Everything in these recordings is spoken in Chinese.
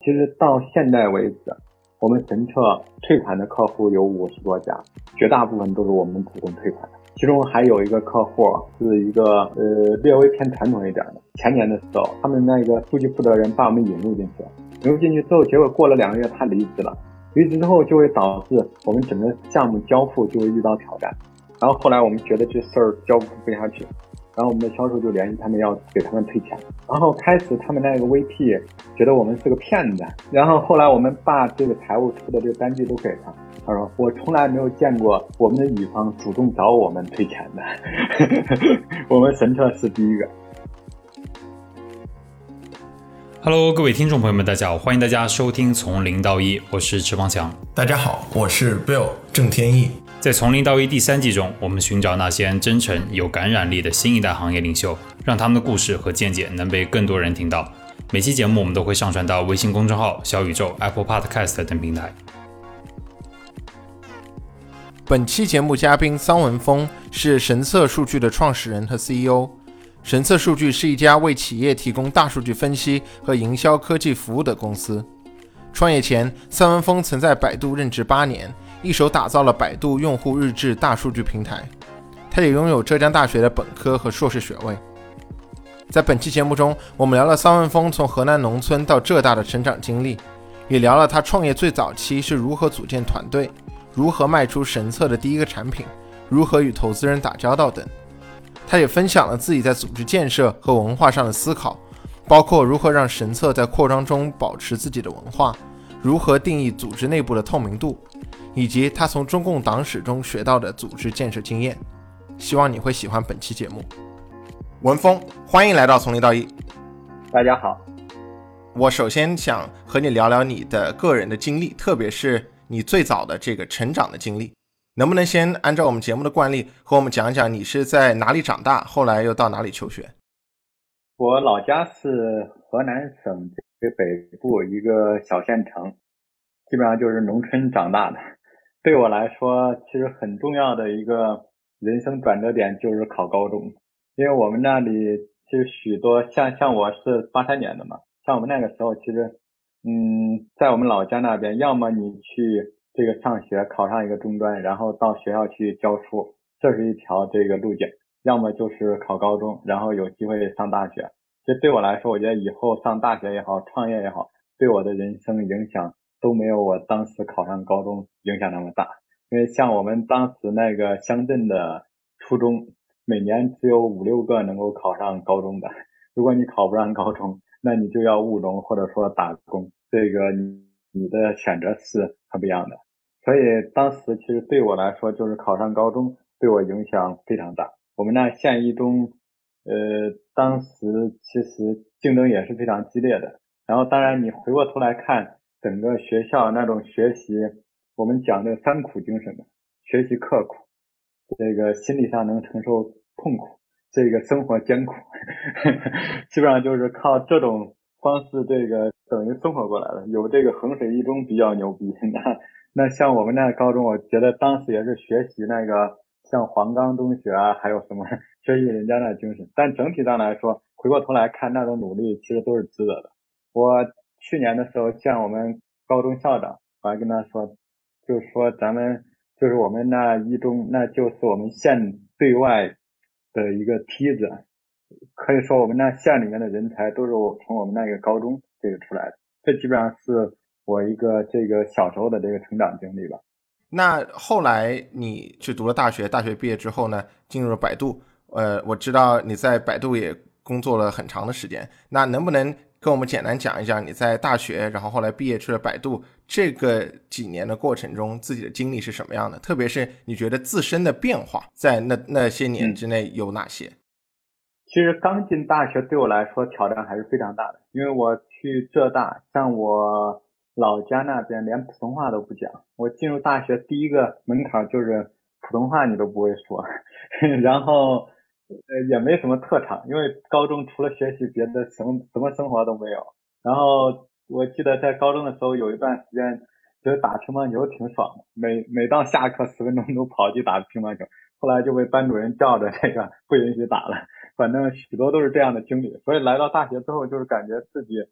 其实到现在为止，我们神策退款的客户有50多家，绝大部分都是我们主动退款的。其中还有一个客户是一个略微偏传统一点的，前年的时候，他们那个数据负责人把我们引入进去了，引入进去之后，结果过了2个月他离职了，离职之后就会导致我们整个项目交付就会遇到挑战。然后后来我们觉得这事儿交付不下去，然后我们的销售就联系他们要给他们退钱。然后开始他们那个 VP 觉得我们是个骗子，然后后来我们把这个财务出的这个单据都给他，他说我从来没有见过我们的乙方主动找我们退钱的我们神策是第一个。 Hello， 各位听众朋友们，大家好，欢迎大家收听从零到一，我是池方强。 大家好，我是 Bill 郑天意。 在从零到一第3季中，我们寻找那些真诚有感染力的新一代行业领袖，让他们的故事和见解能被更多人听到。每期节目我们都会上传到微信公众号、小宇宙、Apple Podcast 等平台。 本期节目嘉宾桑文峰是神策数据的创始人和 CEO。神策数据是一家为企业提供大数据分析和营销科技服务的公司。创业前，桑文峰曾在百度任职8年，一手打造了百度用户日志大数据平台。他也拥有浙江大学的本科和硕士学位。在本期节目中，我们聊了桑文峰从河南农村到浙大的成长经历，也聊了他创业最早期是如何组建团队，如何卖出神策的第一个产品，如何与投资人打交道等。他也分享了自己在组织建设和文化上的思考，包括如何让神策在扩张中保持自己的文化，如何定义组织内部的透明度，以及他从中共党史中学到的组织建设经验。希望你会喜欢本期节目。文峰，欢迎来到从零到一。 大家好。 我首先想和你聊聊你的个人的经历，特别是你最早的这个成长的经历。能不能先按照我们节目的惯例和我们讲讲你是在哪里长大，后来又到哪里求学？ 我老家是河南省这个北部一个小县城，基本上就是农村长大的。对我来说，其实很重要的一个人生转折点就是考高中，因为我们那里其实许多像我是83年的嘛，像我们那个时候其实在我们老家那边，要么你去这个上学考上一个中专，然后到学校去教书，这是一条这个路径，要么就是考高中，然后有机会上大学。其实对我来说，我觉得以后上大学也好，创业也好，对我的人生影响都没有我当时考上高中影响那么大。因为像我们当时那个乡镇的初中，每年只有5、6个能够考上高中的，如果你考不上高中，那你就要务农或者说打工，这个你的选择是很不一样的。所以当时其实对我来说，就是考上高中对我影响非常大。我们那县一中当时其实竞争也是非常激烈的。然后当然你回过头来看整个学校那种学习，我们讲这个3苦精神的，学习刻苦，这个心理上能承受痛苦，这个生活艰苦基本上就是靠这种方式这个等于生活过来了。有这个衡水一中比较牛逼，那像我们那个高中，我觉得当时也是学习那个像黄冈中学啊，还有什么学习人家那精神。但整体上来说，回过头来看那种努力其实都是值得的。我去年的时候见我们高中校长，我还跟他说，就是说咱们就是我们那一中，那就是我们县对外的一个梯子，可以说我们那县里面的人才都是从我们那个高中这个出来的。这基本上是我一个这个小时候的这个成长经历吧。 那后来你去读了大学，大学毕业之后呢，进入了百度。我知道你在百度也工作了很长的时间，那能不能跟我们简单讲一讲你在大学，然后后来毕业去了百度这个几年的过程中自己的经历是什么样的？特别是你觉得自身的变化在那些年之内有哪些？ 其实刚进大学对我来说挑战还是非常大的，因为我去浙大，像我老家那边连普通话都不讲，我进入大学第一个门槛就是普通话你都不会说然后也没什么特长，因为高中除了学习别的什么生活都没有。然后我记得在高中的时候有一段时间觉得打乒乓球挺爽的，每到下课10分钟都跑去打乒乓球，后来就被班主任叫着这个不允许打了。反正许多都是这样的经历，所以来到大学之后就是感觉自己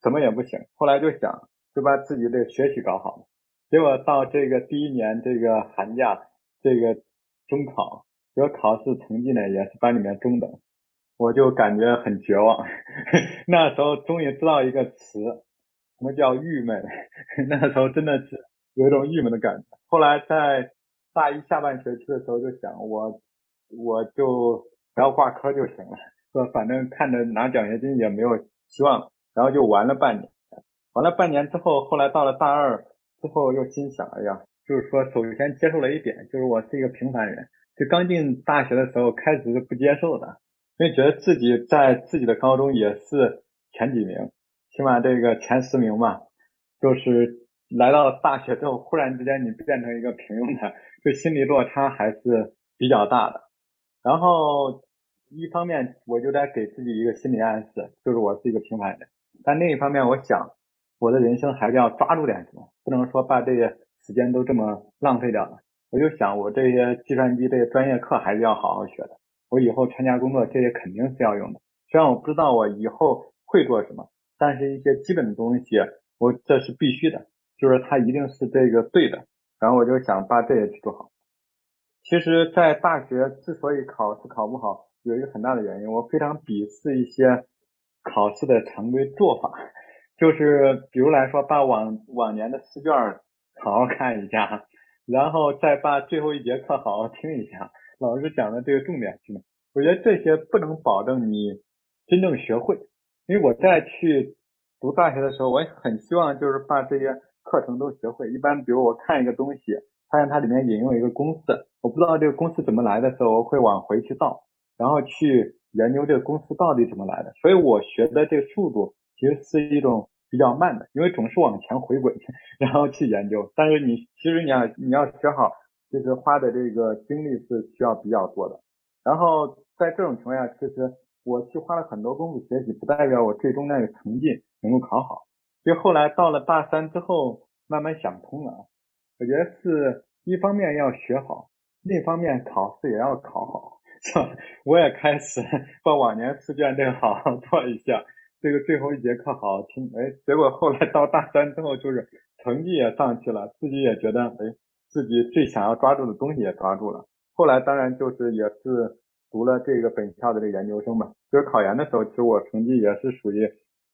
什么也不行。后来就想就把自己的学习搞好了，结果到这个第一年这个寒假这个中考，结果考试成绩呢也是班里面中等，我就感觉很绝望。那时候终于知道一个词，什么叫郁闷。那时候真的是有一种郁闷的感觉。后来在大一下半学期的时候就想，我就不要挂科就行了，说反正看着拿奖学金也没有希望了，然后就玩了半年。玩了半年之后，后来到了大二之后又心想，哎呀，就是说首先接受了一点，就是我是一个平凡人。就刚进大学的时候开始是不接受的，因为觉得自己在自己的高中也是前几名，起码这个前10名嘛。就是来到大学之后，忽然之间你变成一个平庸的，这心理落差还是比较大的。然后一方面我就得给自己一个心理暗示，就是我是一个平凡人，但另一方面我想我的人生还是要抓住点什么，不能说把这些时间都这么浪费掉了。我就想我这些计算机这些专业课还是要好好学的，我以后参加工作这些肯定是要用的。虽然我不知道我以后会做什么，但是一些基本的东西我这是必须的，就是它一定是这个对的。然后我就想把这些去做好。其实在大学之所以考试考不好，有一个很大的原因，我非常鄙视一些考试的常规做法。就是比如来说，把往年的试卷好好看一下，然后再把最后一节课好好听一下老师讲的这个重点是什么。我觉得这些不能保证你真正学会。因为我在去读大学的时候，我也很希望就是把这些课程都学会。一般比如我看一个东西，发现它里面引用一个公式，我不知道这个公式怎么来的时候，我会往回去倒，然后去研究这个公式到底怎么来的。所以我学的这个速度其实是一种比较慢的，因为总是往前回滚，然后去研究。但是其实你要学好，其实花的这个精力是需要比较多的。然后在这种情况下，其实我去花了很多功夫学习，不代表我最终那个成绩能够考好。所以后来到了大三之后，慢慢想通了。我觉得是一方面要学好，另一方面考试也要考好。我也开始把往年试卷这个好好做一下，这个最后一节课好好听。结果后来到大三之后，就是成绩也上去了，自己也觉得自己最想要抓住的东西也抓住了。后来当然就是也是读了这个本校的这个研究生嘛，就是考研的时候，其实我成绩也是属于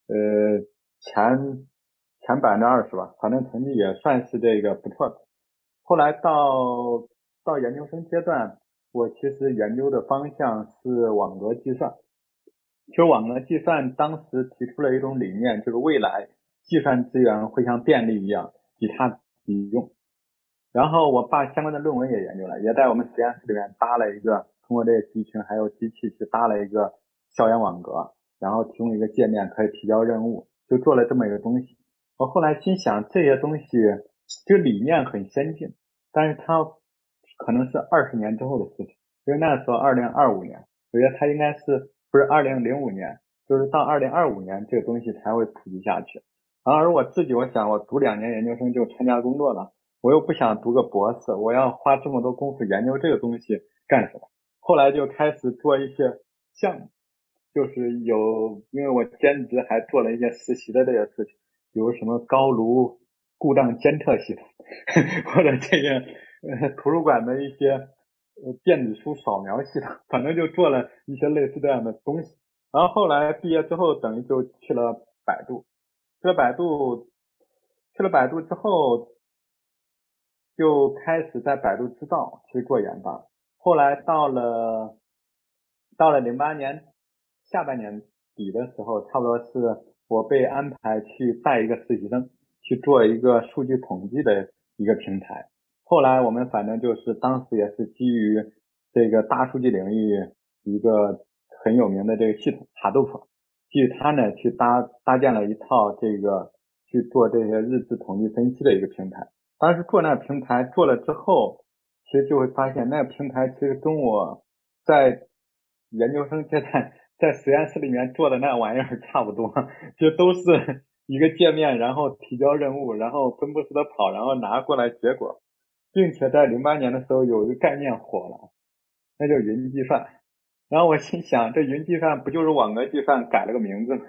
前20%吧，反正成绩也算是这个不错的。后来到研究生阶段，我其实研究的方向是网格计算。其实网格计算当时提出了一种理念，就是未来计算资源会像电力一样以它抵用。然后我把相关的论文也研究了，也在我们实验室里面搭了一个，通过这个集群还有机器去搭了一个校园网格，然后提供一个界面可以提交任务，就做了这么一个东西。我后来心想，这些东西这个理念很先进，但是它可能是20年之后的事情。因为那时候2025年，我觉得它应该是不是2005年，就是到2025年这个东西才会普及下去。而我自己，我想我读2年研究生就参加工作了，我又不想读个博士，我要花这么多功夫研究这个东西干什么？后来就开始做一些项目，就是因为我兼职还做了一些实习的这些事情，比如什么高炉故障监测系统，或者这个图书馆的一些电子书扫描系统，反正就做了一些类似这样的东西。然后后来毕业之后，等于就去了百度，去了百度之后，就开始在百度知道去做研发。后来到了08年下半年底的时候，差不多是我被安排去带一个实习生，去做一个数据统计的一个平台。后来我们反正就是当时也是基于这个大数据领域一个很有名的这个系统Hadoop，基于它呢去搭建了一套这个去做这些日志统计分析的一个平台。当时做那个平台做了之后，其实就会发现那个平台其实跟我在研究生阶段在实验室里面做的那玩意儿差不多，就都是一个界面，然后提交任务，然后分布式的跑，然后拿过来结果。并且在08年的时候有一个概念火了，那叫云计算。然后我心想，这云计算不就是网格计算改了个名字吗？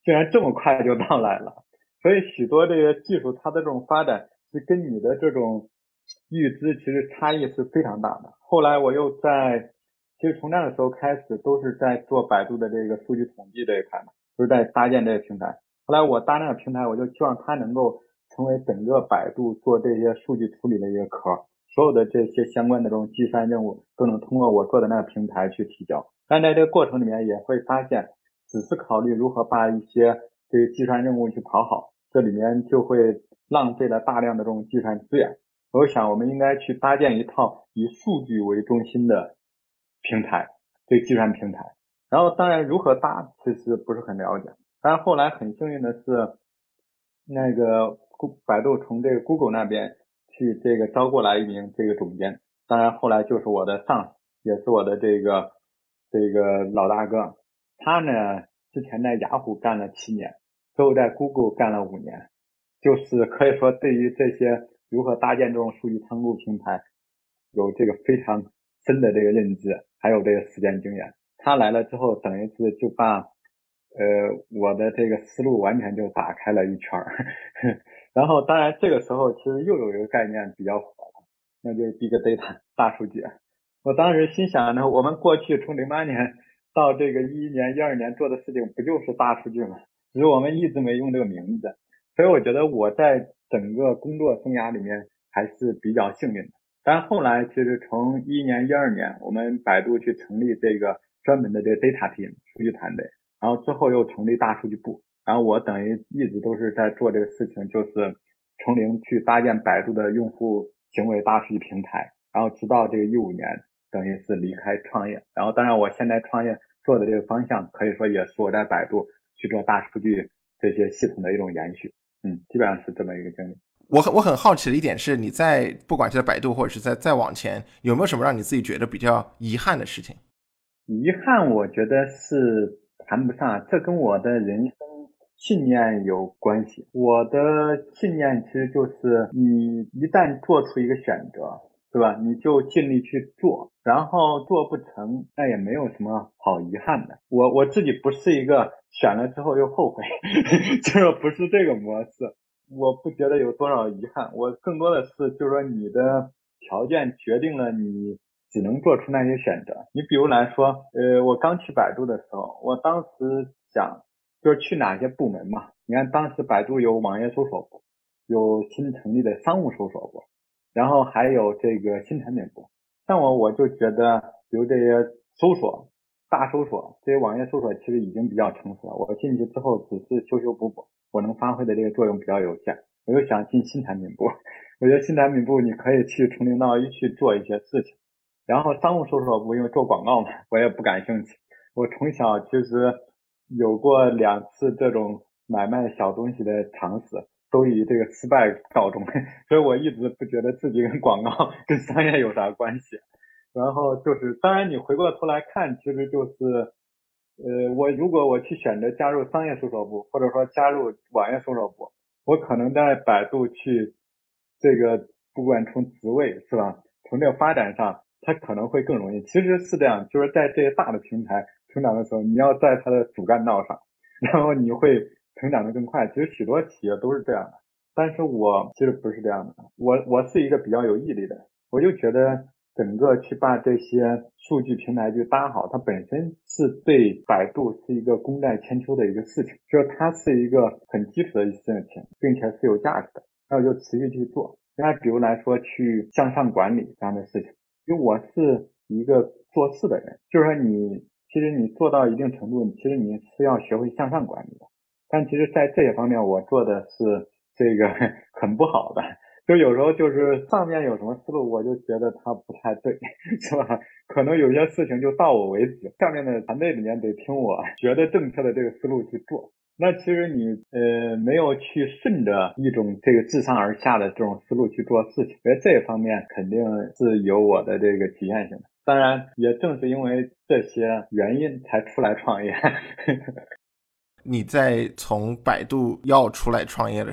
竟然这么快就到来了。所以许多这个技术它的这种发展是跟你的这种预知其实差异是非常大的。后来我又其实从那个时候开始都是在做百度的这个数据统计这一块嘛，就是在搭建这个平台。后来我搭那个平台，我就希望它能够成为整个百度做这些数据处理的一个壳，所有的这些相关的这种计算任务都能通过我做的那个平台去提交。但在这个过程里面也会发现，只是考虑如何把一些这个计算任务去跑好，这里面就会浪费了大量的这种计算资源。我想我们应该去搭建一套以数据为中心的平台，这个计算平台。然后当然如何搭其实不是很了解，但是后来很幸运的是，那个百度从这个 Google 那边去这个招过来一名这个总监，当然后来就是我的上司，也是我的这个老大哥。他呢之前在雅虎干了7年，之后在 Google 干了5年，就是可以说对于这些如何搭建这种数据仓库平台有这个非常深的这个认知，还有这个实践经验。他来了之后等于是就把我的这个思路完全就打开了一圈然后当然这个时候其实又有一个概念比较火了，那就是 Big Data 大数据。我当时心想呢，我们过去从08年到这个11年12年做的事情不就是大数据吗？只是我们一直没用这个名字。所以我觉得我在整个工作生涯里面还是比较幸运的。但后来其实从11年12年我们百度去成立这个专门的这个 data team 数据团队，然后之后又成立大数据部，然后我等于一直都是在做这个事情，就是从零去搭建百度的用户行为大数据平台，然后直到这个15年等于是离开创业。然后当然我现在创业做的这个方向可以说也是我在百度去做大数据这些系统的一种延续。基本上是这么一个经历。 我很好奇的一点是，你在不管是在百度或者是再往前，有没有什么让你自己觉得比较遗憾的事情？ 遗憾我觉得是谈不上，这跟我的人生信念有关系。我的信念其实就是你一旦做出一个选择，对吧，你就尽力去做，然后做不成那也没有什么好遗憾的。我自己不是一个选了之后又后悔就是不是这个模式，我不觉得有多少遗憾。我更多的是就是说你的条件决定了你只能做出那些选择。你比如来说我刚去百度的时候，我当时想就是去哪些部门嘛。你看当时百度有网页搜索部，有新成立的商务搜索部，然后还有这个新产品部。像我就觉得比如这些搜索大搜索这些网页搜索其实已经比较成熟了，我进去之后只是修修补补，我能发挥的这个作用比较有限。我就想进新产品部，我觉得新产品部你可以去从零到一去做一些事情。然后商务搜索部因为做广告嘛，我也不感兴趣。我从小其实有过2次这种买卖小东西的尝试，都以这个失败告终，所以我一直不觉得自己跟广告跟商业有啥关系。然后就是当然你回过头来看，其实就是如果我去选择加入商业搜索部，或者说加入网页搜索部，我可能在百度去这个不管从职位是吧，从这个发展上它可能会更容易。其实是这样，就是在这些大的平台成长的时候，你要在它的主干道上，然后你会成长的更快。其实许多企业都是这样的，但是我其实不是这样的。我是一个比较有毅力的人，我就觉得整个去把这些数据平台去搭好，它本身是对百度是一个功在千秋的一个事情，就是它是一个很基础的事情，并且是有价值的，然后就持续去做。那比如来说去向上管理这样的事情，因为我是一个做事的人，就是说其实你做到一定程度，其实你是要学会向上管理的。但其实在这些方面我做的是这个很不好的，就有时候就是上面有什么思路我就觉得它不太对，是吧？可能有些事情就到我为止，下面的团队里面得听我觉得正确的这个思路去做。那其实你没有去顺着一种这个自上而下的这种思路去做事情，所以这方面肯定是有我的这个局限性的。当然也正是因为这些原因才出来创业。 你在从百度要出来创业的时候，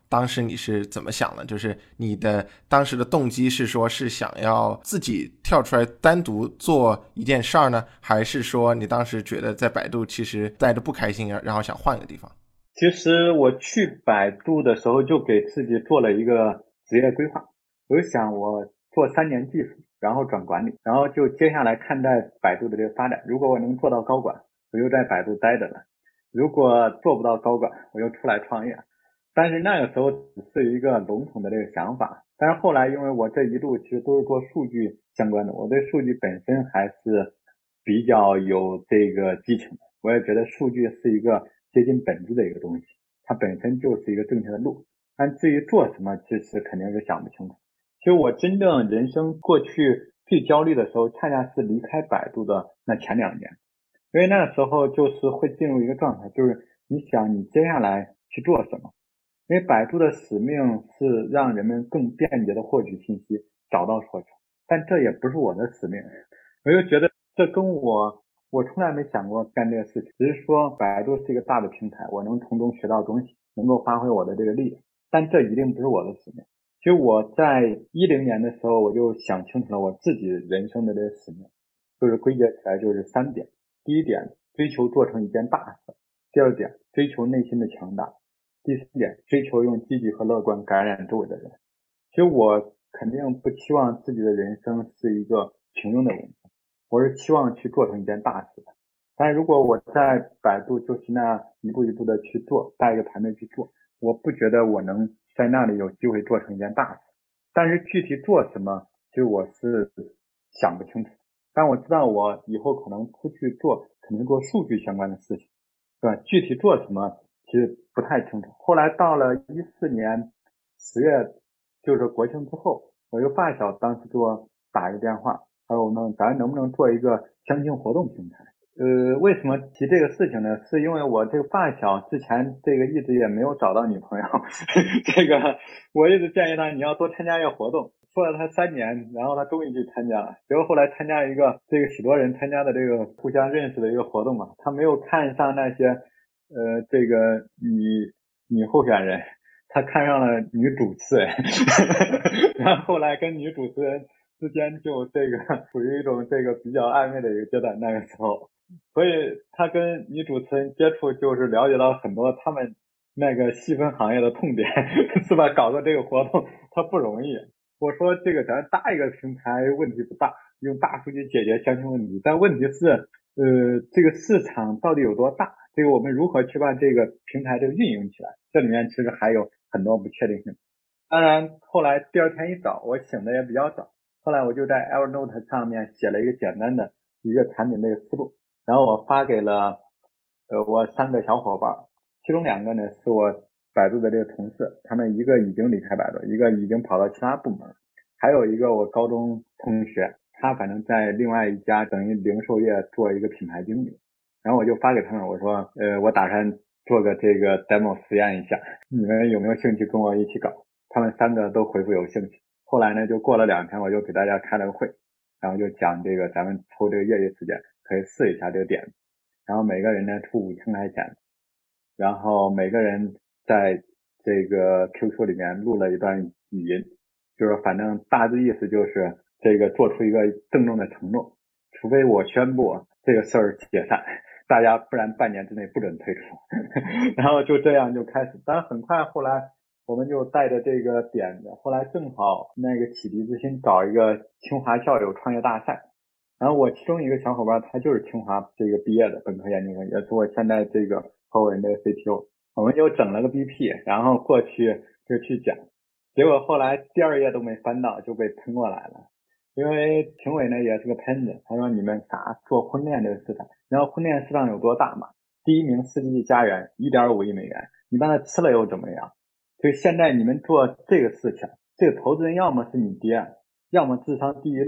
当时你是怎么想的？就是你的当时的动机是说是想要自己跳出来单独做一件事儿呢，还是说你当时觉得在百度其实待着不开心，然后想换个地方？ 其实我去百度的时候就给自己做了一个职业规划，我就想我做3年技术，然后转管理，然后就接下来看待百度的这个发展。如果我能做到高管，我就在百度待着了；如果做不到高管，我就出来创业。但是那个时候只是一个笼统的这个想法，但是后来因为我这一路其实都是做数据相关的，我对数据本身还是比较有这个激情的。我也觉得数据是一个接近本质的一个东西，它本身就是一个正确的路。但至于做什么，其实肯定是想不清楚。其实我真正人生过去最焦虑的时候，恰恰是离开百度的那前2年，因为那个时候就是会进入一个状态，就是你想你接下来去做什么。因为百度的使命是让人们更便捷的获取信息，找到所求，但这也不是我的使命。我就觉得这跟我从来没想过干这个事情，只是说百度是一个大的平台，我能从中学到东西，能够发挥我的这个力量，但这一定不是我的使命。其实我在10年的时候，我就想清楚了我自己人生的这个使命，就是归结起来就是3点。第一点，追求做成一件大事；第二点，追求内心的强大；第3点，追求用积极和乐观感染周围的人。其实我肯定不期望自己的人生是一个平庸的人生，我是期望去做成一件大事的。但如果我在百度就是那一步一步的去做，带一个团队去做，我不觉得我能在那里有机会做成一件大事。但是具体做什么，其实我是想不清楚。但我知道我以后可能出去做，肯定做数据相关的事情，对吧？具体做什么其实不太清楚。后来到了14年10月，就是国庆之后，我一个发小当时给我打一个电话，他说咱能不能做一个相亲活动平台。为什么提这个事情呢？是因为我这个发小之前这个一直也没有找到女朋友，这个我一直建议他你要多参加一个活动，说了他3年，然后他终于去参加了。结果后来参加一个这个许多人参加的这个互相认识的一个活动嘛，他没有看上那些这个女候选人，他看上了女主持人，然后后来跟女主持人之间就这个处于一种这个比较暧昧的一个阶段，那个时候。所以他跟女主持人接触，就是了解到很多他们那个细分行业的痛点，是吧？搞个这个活动他不容易。我说这个咱搭一个平台问题不大，用大数据解决相亲问题，但问题是这个市场到底有多大，这个我们如何去把这个平台这个运营起来，这里面其实还有很多不确定性。当然后来第2天一早，我醒的也比较早，后来我就在 Evernote 上面写了一个简单的一个产品这个思路，然后我发给了我3个小伙伴，其中2个呢是我百度的这个同事，他们一个已经离开百度，一个已经跑到其他部门，还有一个我高中同学，他反正在另外一家等于零售业做一个品牌经理。然后我就发给他们，我说我打算做个这个 demo 实验一下，你们有没有兴趣跟我一起搞？他们3个都回复有兴趣。后来呢就过了2天，我就给大家开了个会，然后就讲这个咱们抽这个业余时间可以试一下这个点子，然后每个人呢出5000块钱，然后每个人在这个 QQ 里面录了一段语音，就是反正大致意思就是这个做出一个郑重的承诺，除非我宣布这个事儿解散，大家不然半年之内不准退出。然后就这样就开始，但是很快后来我们就带着这个点子，后来正好那个启迪之星搞一个清华校友创业大赛，然后我其中一个小伙伴他就是清华这个毕业的本科研究生，也是我现在这个合伙人的 CTO， 我们就整了个 BP， 然后过去就去讲，结果后来第2页都没翻到就被喷过来了。因为评委呢也是个喷子，他说你们啥做婚恋这个市场，然后婚恋市场有多大嘛？第1名世纪佳缘 1.5 亿美元，你把它吃了又怎么样？所以现在你们做这个事情，这个投资人要么是你爹，要么智商低于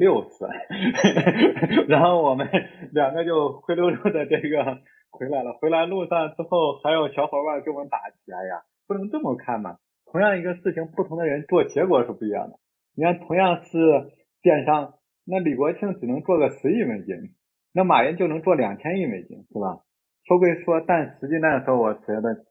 60。然后我们2个就灰溜溜的这个回来了，回来路上之后还有小伙伴给我们打气，哎呀不能这么看嘛，同样一个事情不同的人做结果是不一样的。你看同样是电商，那李国庆只能做个10亿美金，那马云就能做2000亿美金，是吧？说归说，但实际那时候我觉得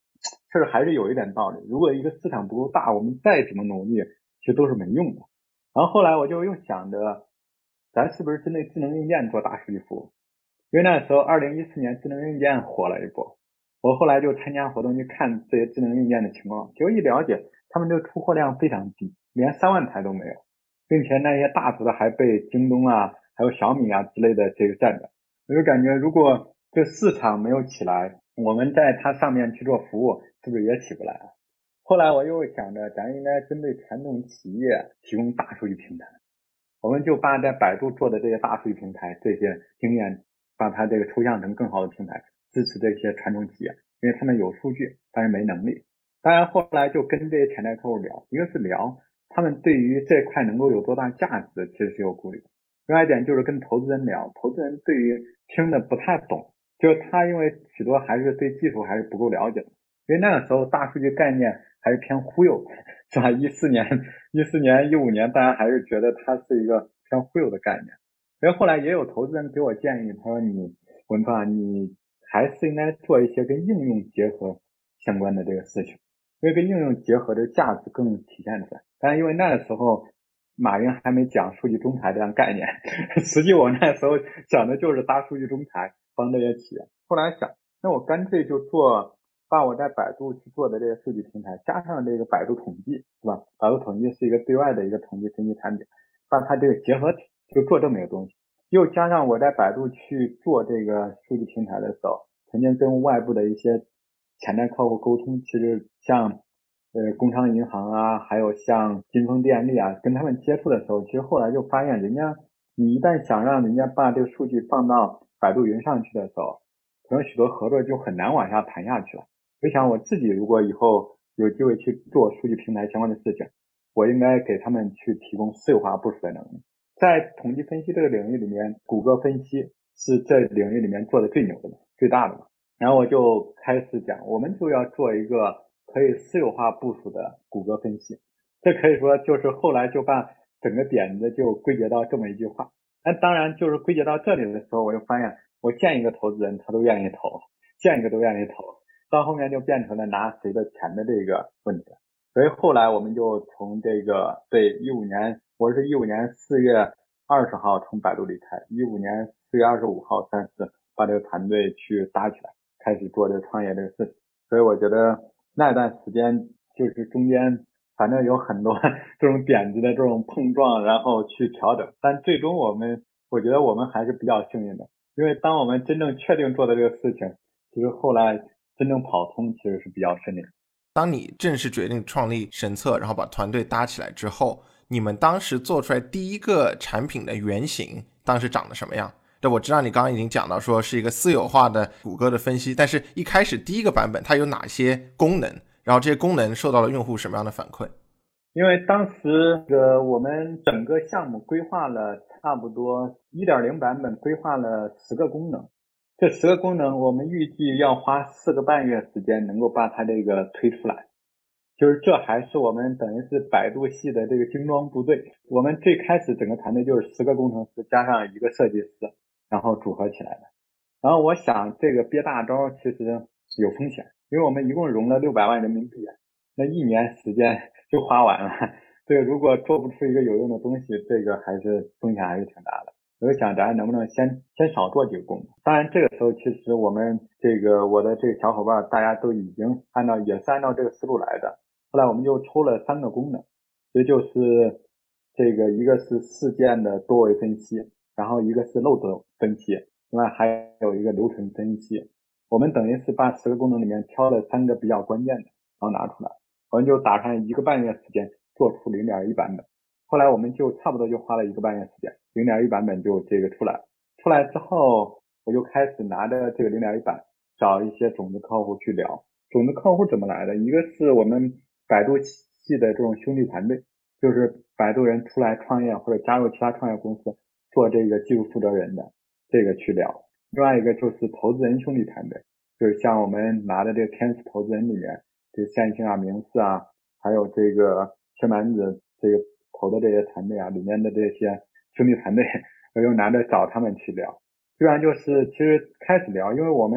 确实还是有一点道理。如果一个市场不够大，我们再怎么努力，其实都是没用的。然后后来我就又想着，咱是不是针对智能硬件做大数据服务？因为那时候2014年智能硬件火了一波，我后来就参加活动去看这些智能硬件的情况，结果一了解，他们这个出货量非常低，连3万台都没有，并且那些大头的还被京东啊，还有小米啊之类的这个占着。我就感觉如果这市场没有起来，我们在它上面去做服务，是不是也起不来啊？后来我又想着，咱应该针对传统企业提供大数据平台，我们就把在百度做的这些大数据平台这些经验，把它这个抽象成更好的平台，支持这些传统企业，因为他们有数据，但是没能力。当然后来就跟这些潜在客户聊，一个是聊他们对于这块能够有多大价值，其实是有顾虑。另外一点就是跟投资人聊，投资人对于听的不太懂，就是他因为许多还是对技术还是不够了解的，因为那个时候大数据概念还是偏忽悠，是吧？14年、15年，大家还是觉得它是一个偏忽悠的概念。因为后来也有投资人给我建议，他说文芳，你还是应该做一些跟应用结合相关的这个事情，因为跟应用结合的价值更体现出来。但是因为那个时候马云还没讲数据中台这样概念，实际我那时候讲的就是大数据中台帮这些企业。后来想，那我干脆就把我在百度去做的这个数据平台加上这个百度统计，是吧？百度统计是一个对外的一个统计分析产品，把它这个结合体就做这么一个东西，又加上我在百度去做这个数据平台的时候，曾经跟外部的一些潜在客户沟通，其实像工商银行啊，还有像金丰电力啊，跟他们接触的时候，其实后来就发现你一旦想让人家把这个数据放到百度云上去的时候，可能许多合作就很难往下谈下去了。我想我自己如果以后有机会去做数据平台相关的事情，我应该给他们去提供私有化部署的能力。在统计分析这个领域里面，谷歌分析是这领域里面做的最牛的、最大的嘛。然后我就开始讲，我们就要做一个可以私有化部署的谷歌分析。这可以说就是后来就把整个点子就归结到这么一句话。那当然就是归结到这里的时候，我就发现我见一个投资人他都愿意投，见一个都愿意投，到后面就变成了拿谁的钱的这个问题。所以后来我们就从这个我是15年4月20号从百度离开，15年4月25号算是把这个团队去搭起来，开始做这个创业这个事情。所以我觉得那段时间就是中间反正有很多这种点子的这种碰撞，然后去调整，但最终我觉得我们还是比较幸运的，因为当我们真正确定做的这个事情，其实后来真正跑通其实是比较顺利的。 当你正式决定创立神策，然后把团队搭起来之后，你们当时做出来第一个产品的原型当时长得什么样？对，我知道你刚刚已经讲到说是一个私有化的谷歌的分析，但是一开始第一个版本它有哪些功能，然后这些功能受到了用户什么样的反馈？ 因为当时我们整个项目规划了差不多 1.0 版本，规划了10个功能。这10个功能我们预计要花4个半月时间能够把它这个推出来。就是这还是我们等于是百度系的这个精装部队。我们最开始整个团队就是10个工程师加上1个设计师，然后组合起来的。然后我想这个憋大招其实有风险，因为我们一共融了600万人民币，那1年时间就花完了。这个如果做不出一个有用的东西，这个还是风险还是挺大的。我就想咱能不能先少做几个功能。当然这个时候其实我们我的这个小伙伴大家都已经也是按照这个思路来的。后来我们就抽了3个功能，也就是一个是事件的多维分析，然后一个是漏斗分析，另外还有一个流程分析。我们等于是把10个功能里面挑了3个比较关键的，然后拿出来。我们就打算1个半月时间做出 0.1 版本。后来我们就差不多就花了1个半月时间， 0.1 版本就出来。出来之后我就开始拿着这个 0.1 版找一些种子客户去聊。种子客户怎么来的？一个是我们百度系的这种兄弟团队，就是百度人出来创业或者加入其他创业公司做这个技术负责人的，这个去聊。另外一个就是投资人兄弟团队，就是像我们拿的这个天使投资人里面，这个善兴啊、明寺啊，还有这个薛蛮子这个投的这些团队啊，里面的这些兄弟团队，我又拿着找他们去聊。虽然就是其实开始聊，因为我们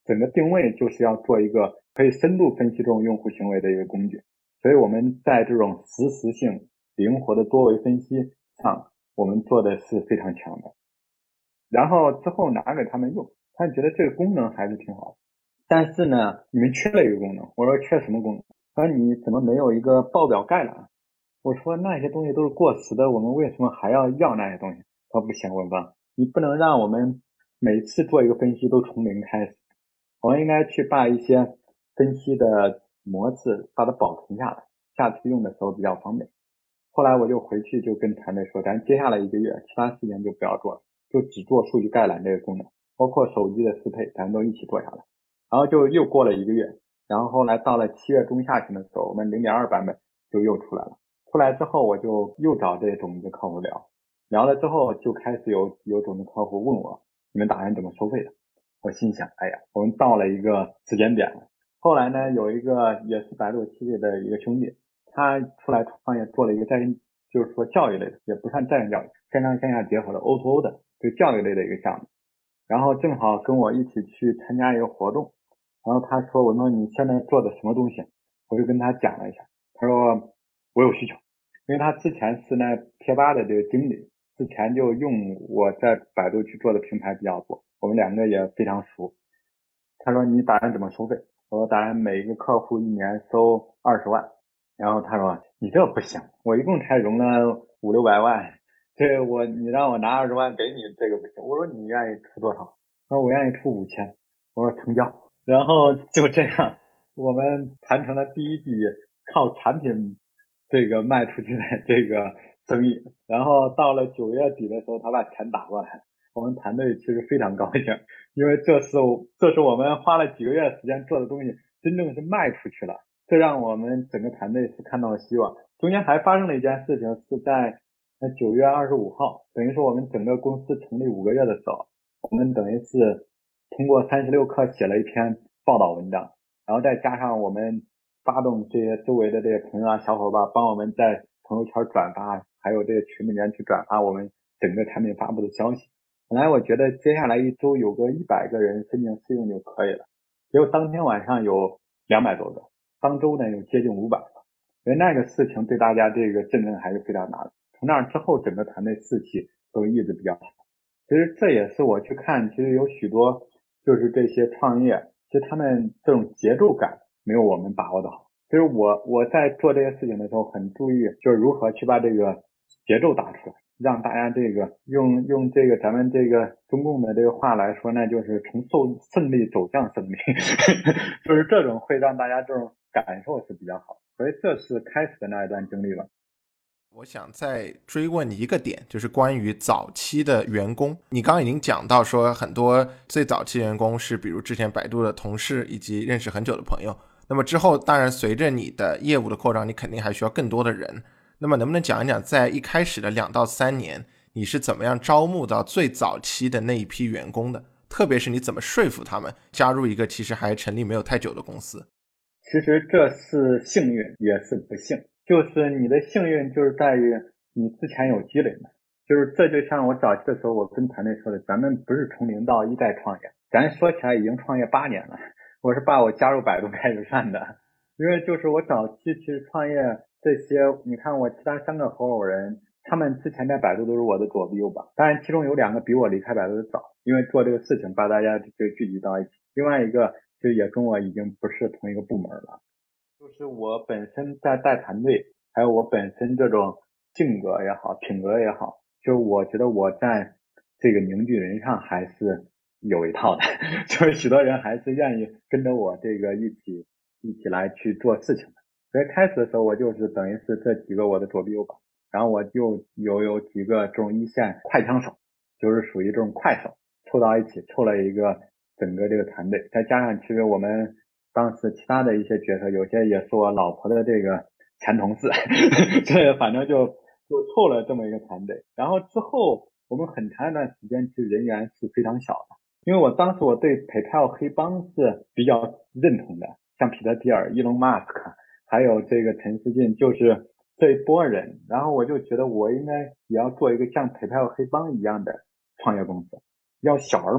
整个定位就是要做一个可以深度分析这种用户行为的一个工具，所以我们在这种实时性灵活的多维分析上，我们做的是非常强的。然后之后拿给他们用，他们觉得这个功能还是挺好的，但是呢，你们缺了一个功能。我说缺什么功能？他说你怎么没有一个报表概览？我说那些东西都是过时的，我们为什么还要那些东西？他说不行，文芳，你不能让我们每次做一个分析都从零开始，我们应该去把一些分析的模式把它保存下来，下次用的时候比较方便。后来我就回去就跟团队说，咱接下来1个月其他事情就不要做了，就只做数据概览这个功能，包括手机的适配咱都一起做下来。然后就又过了1个月，然后后来到了7月中下旬的时候，我们 0.2 版本就又出来了。出来之后我就又找这种子客户聊了之后，就开始有种子客户问我，你们打算怎么收费的？我心想，哎呀，我们到了一个时间点了。后来呢，有一个也是百度系列的一个兄弟，他出来创业做了一个就是说教育类的，也不算在线教育，线上线下结合的 O2O 的，就教育类的一个项目。然后正好跟我一起去参加一个活动，然后他说，我说你现在做的什么东西？我就跟他讲了一下，他说我有需求，因为他之前是那贴吧的这个经理，之前就用我在百度去做的平台比较多，我们2个也非常熟。他说你打算怎么收费？我说打算每一个客户1年收20万。然后他说你这不行，我一共才融了500-600万，你让我拿20万给你，这个不行。我说你愿意出多少？他说我愿意出5000。我说成交。然后就这样，我们谈成了第一笔靠产品这个卖出去的这个生意。然后到了9月底的时候，他把钱打过来，我们团队其实非常高兴，因为这是我们花了几个月时间做的东西，真正是卖出去了，这让我们整个团队是看到了希望。中间还发生了一件事情，是在9月25号，等于说我们整个公司成立5个月的时候，我们等于是通过36氪写了一篇报道文章，然后再加上我们发动这些周围的这些朋友啊小伙伴帮我们在朋友圈转发，还有这个群里面去转发我们整个产品发布的消息。本来我觉得接下来1周有个100个人申请试用就可以了，结果当天晚上有200多个，当周呢有接近500个，所以那个事情对大家这个震撼还是非常大的。从那之后整个团队士气都一直比较好。其实这也是我去看，其实有许多就是这些创业，其实他们这种节奏感没有我们把握的好。就是我在做这些事情的时候很注意，就是如何去把这个节奏打出来，让大家这个用这个咱们这个中共的这个话来说，那就是从胜利走向胜利就是这种会让大家这种感受是比较好，所以这是开始的那一段经历吧。 我想再追问一个点，就是关于早期的员工。你刚刚已经讲到说很多最早期员工是比如之前百度的同事以及认识很久的朋友，那么之后当然随着你的业务的扩张，你肯定还需要更多的人。那么能不能讲一讲在一开始的2到3年你是怎么样招募到最早期的那一批员工的，特别是你怎么说服他们加入一个其实还成立没有太久的公司？ 其实这是幸运也是不幸，就是你的幸运就是在于你之前有积累嘛，就是这就像我早期的时候我跟团队说的，咱们不是从0到1代创业，咱说起来已经创业8年了，我是把我加入百度开始算的。因为就是我早期其实创业这些，你看我其他3个合伙人，他们之前在百度都是我的左臂右膀，当然其中有2个比我离开百度的早，因为做这个事情把大家就聚集到一起，另外一个就也跟我已经不是同一个部门了。就是我本身在带团队，还有我本身这种性格也好品格也好，就我觉得我在这个凝聚人上还是有一套的就是许多人还是愿意跟着我这个一起来去做事情的。所以开始的时候我就是等于是这几个我的左臂右膀，然后我就有几个这种一线快枪手，就是属于这种快手，凑到一起凑了一个整个这个团队，再加上其实我们当时其他的一些角色，有些也是我老婆的这个前同事这反正就凑了这么一个团队。然后之后我们很长一段时间其实人员是非常小的，因为我当时我对 PayPal 黑帮是比较认同的，像彼得蒂尔、伊隆马斯克还有这个陈思进，就是这一波人，然后我就觉得我应该也要做一个像 PayPal 黑帮一样的创业公司，要小而美，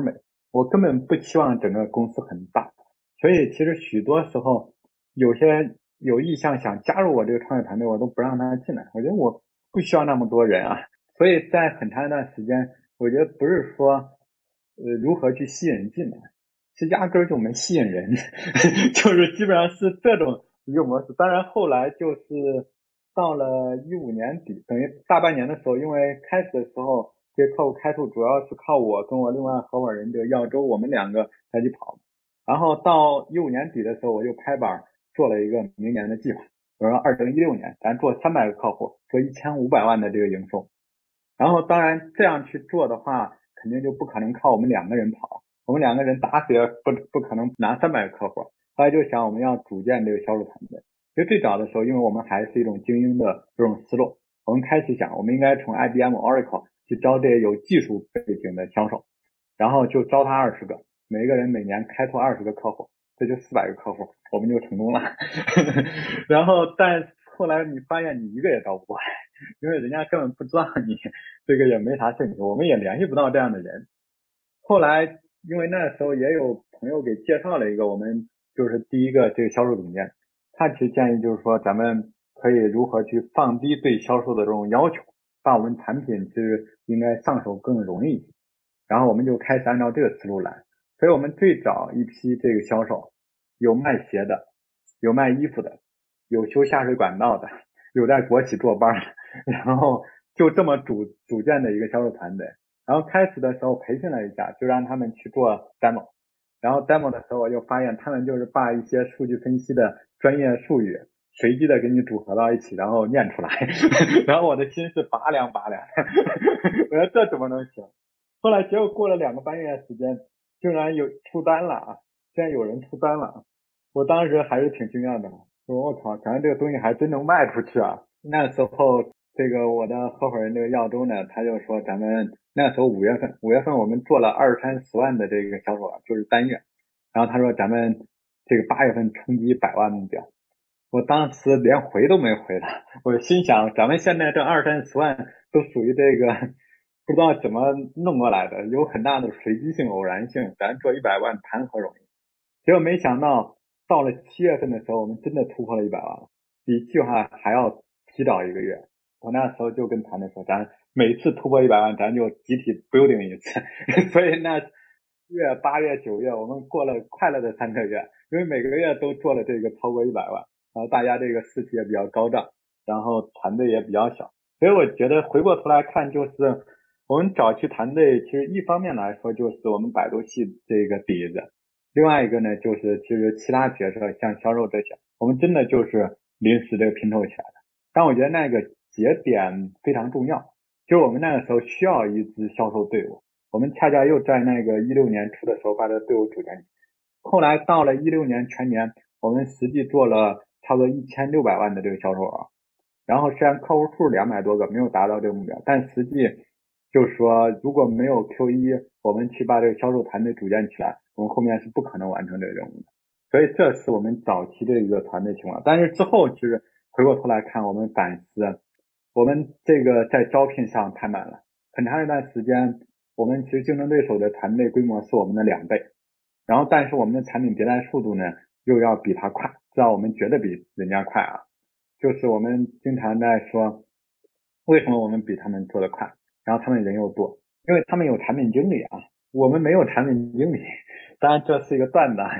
我根本不期望整个公司很大，所以其实许多时候有些有意向想加入我这个创业团队，我都不让他进来。我觉得我不需要那么多人啊，所以在很长一段时间，我觉得不是说如何去吸引人进来，是压根儿就没吸引人，就是基本上是这种一个模式。当然后来就是到了15年底，等于大半年的时候，因为开始的时候这个客户开拓主要是靠我跟我另外合伙人这个耀州，我们2个在一起跑。然后到15年底的时候，我就拍板做了一个明年的计划，我说2016年咱做300个客户，做1500万的这个营收。然后当然这样去做的话，肯定就不可能靠我们2个人跑，我们2个人打死也不可能拿300个客户。后来就想我们要组建这个销售团队。其实最早的时候，因为我们还是一种精英的这种思路，我们开始想我们应该从 IBM、Oracle 去招这些有技术背景的销售，然后就招他20个，每一个人每年开拓20个客户，这就400个客户，我们就成功了。然后但后来你发现你一个也招不过来，因为人家根本不知道你，这个也没啥兴趣，我们也联系不到这样的人。后来因为那时候也有朋友给介绍了一个我们就是第一个这个销售总监，他其实建议就是说咱们可以如何去放低对销售的这种要求，把我们产品其实应该上手更容易一些。然后我们就开始按照这个思路来。所以我们最早一批这个销售，有卖鞋的，有卖衣服的，有修下水管道的，有在国企坐班的，然后就这么组建的一个销售团队。然后开始的时候培训了一下，就让他们去做 demo。然后 demo 的时候我就发现他们就是把一些数据分析的专业术语随机的给你组合到一起，然后念出来。然后我的心是拔凉，我说这怎么能行？后来结果过了2个半月时间，竟然有出单了啊！竟然有人出单了，我当时还是挺惊讶的，说我靠，感觉这个东西还真能卖出去啊！那时候这个我的合伙人这个耀州呢，他就说咱们那时候5月份我们做了20-30万的这个销售额，就是单月。然后他说咱们这个8月份冲击100万目标。我当时连回都没回他，我心想咱们现在这20-30万都属于这个不知道怎么弄过来的，有很大的随机性、偶然性，咱做100万谈何容易。结果没想到到了7月份的时候，我们真的突破了100万了，比计划还要提早1个月。我那时候就跟团队说，咱每次突破100万咱就集体 building 一次。所以那月、8月、9月我们过了快乐的3个月，因为每个月都做了这个超过100万，然后大家这个士气也比较高涨，然后团队也比较小。所以我觉得回过头来看，就是我们早期团队其实一方面来说就是我们百度系这个底子，另外一个呢就是其实其他角色像销售这些，我们真的就是临时这个拼凑起来的。但我觉得那个节点非常重要，就是我们那个时候需要一支销售队伍，我们恰恰又在那个16年初的时候把这个队伍组建起来。后来到了16年全年，我们实际做了差不多1600万的这个销售额。然后虽然客户数200多个没有达到这个目标，但实际就是说如果没有 Q1 我们去把这个销售团队组建起来，我们后面是不可能完成这个任务的。所以这是我们早期的一个团队情况。但是之后其实回过头来看，我们反思我们这个在招聘上太慢了，很长一段时间我们其实竞争对手的团队规模是我们的2倍，然后但是我们的产品迭代速度呢又要比他快，知道我们绝对比人家快啊。就是我们经常在说为什么我们比他们做得快，然后他们人又多，因为他们有产品经理啊，我们没有产品经理。当然这是一个段子。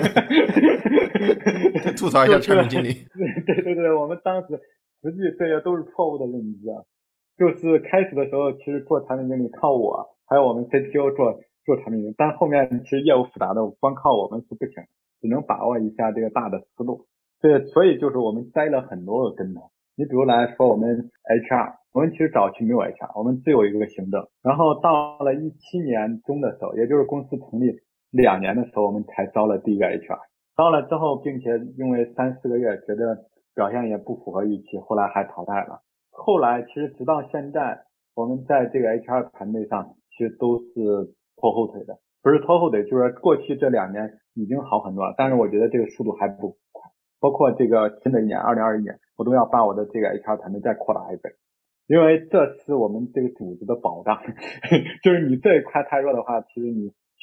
吐槽一下产品经理。 对，我们当时实际这些都是错误的认知。就是开始的时候其实做产品经理靠我还有我们 CTO 做产品经理，但后面其实业务复杂的光靠我们是不行，只能把握一下这个大的思路。对，所以就是我们栽了很多个跟头。你比如来说我们 HR， 我们其实早期没有 HR， 我们只有一个行政。然后到了17年中的时候，也就是公司成立2年的时候，我们才招了第一个 HR。 招了之后并且因为3-4个月觉得表现也不符合预期，后来还淘汰了。后来其实直到现在，我们在这个 HR 团队上其实都是拖后腿的，不是拖后腿，就是过去这2年已经好很多了，但是我觉得这个速度还不快。包括这个新的一年2021年，我都要把我的这个 HR 团队再扩大1倍，因为这是我们这个组织的保障。就是你这一块太弱的话，其实你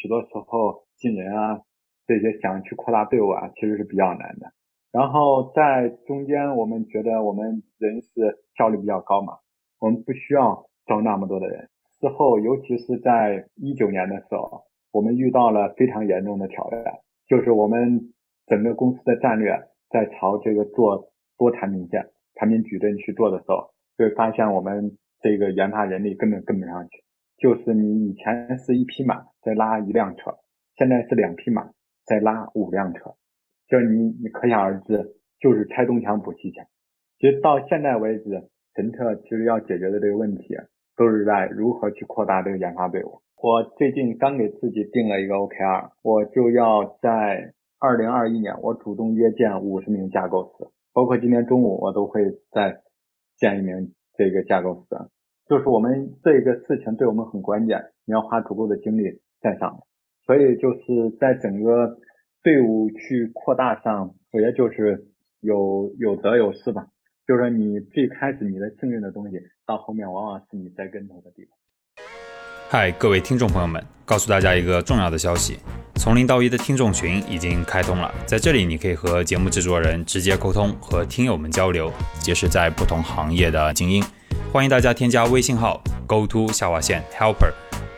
许多时候新人啊，这些想去扩大队伍啊，其实是比较难的。然后在中间，我们觉得我们人事效率比较高嘛，我们不需要招那么多的人。之后，尤其是在19年的时候，我们遇到了非常严重的挑战，就是我们整个公司的战略在朝这个做多产品线、产品矩阵去做的时候，就会发现我们这个研发人力根本跟不上去。就是你以前是一匹马在拉一辆车，现在是2匹马在拉5辆车，就是你可想而知，就是拆东墙补西墙。其实到现在为止，神特其实要解决的这个问题，都是在如何去扩大这个研发队伍。我最近刚给自己定了一个 OKR， 我就要在2021年，我主动约见50名架构师，包括今天中午我都会再见一名这个架构师。就是我们这个事情对我们很关键，你要花足够的精力在上面。所以就是在整个队伍去扩大上，我觉得就是有得有失吧。就是说你最开始你的幸运的东西，到后面往往是你栽跟头的地方。 嗨，各位听众朋友们，告诉大家一个重要的消息，从零到一的听众群已经开通了，在这里你可以和节目制作人直接沟通，和听友们交流，结识在不同行业的精英。欢迎大家添加微信号 GoTo_Helper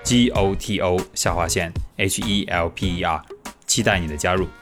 GOTO_HELPER， 期待你的加入。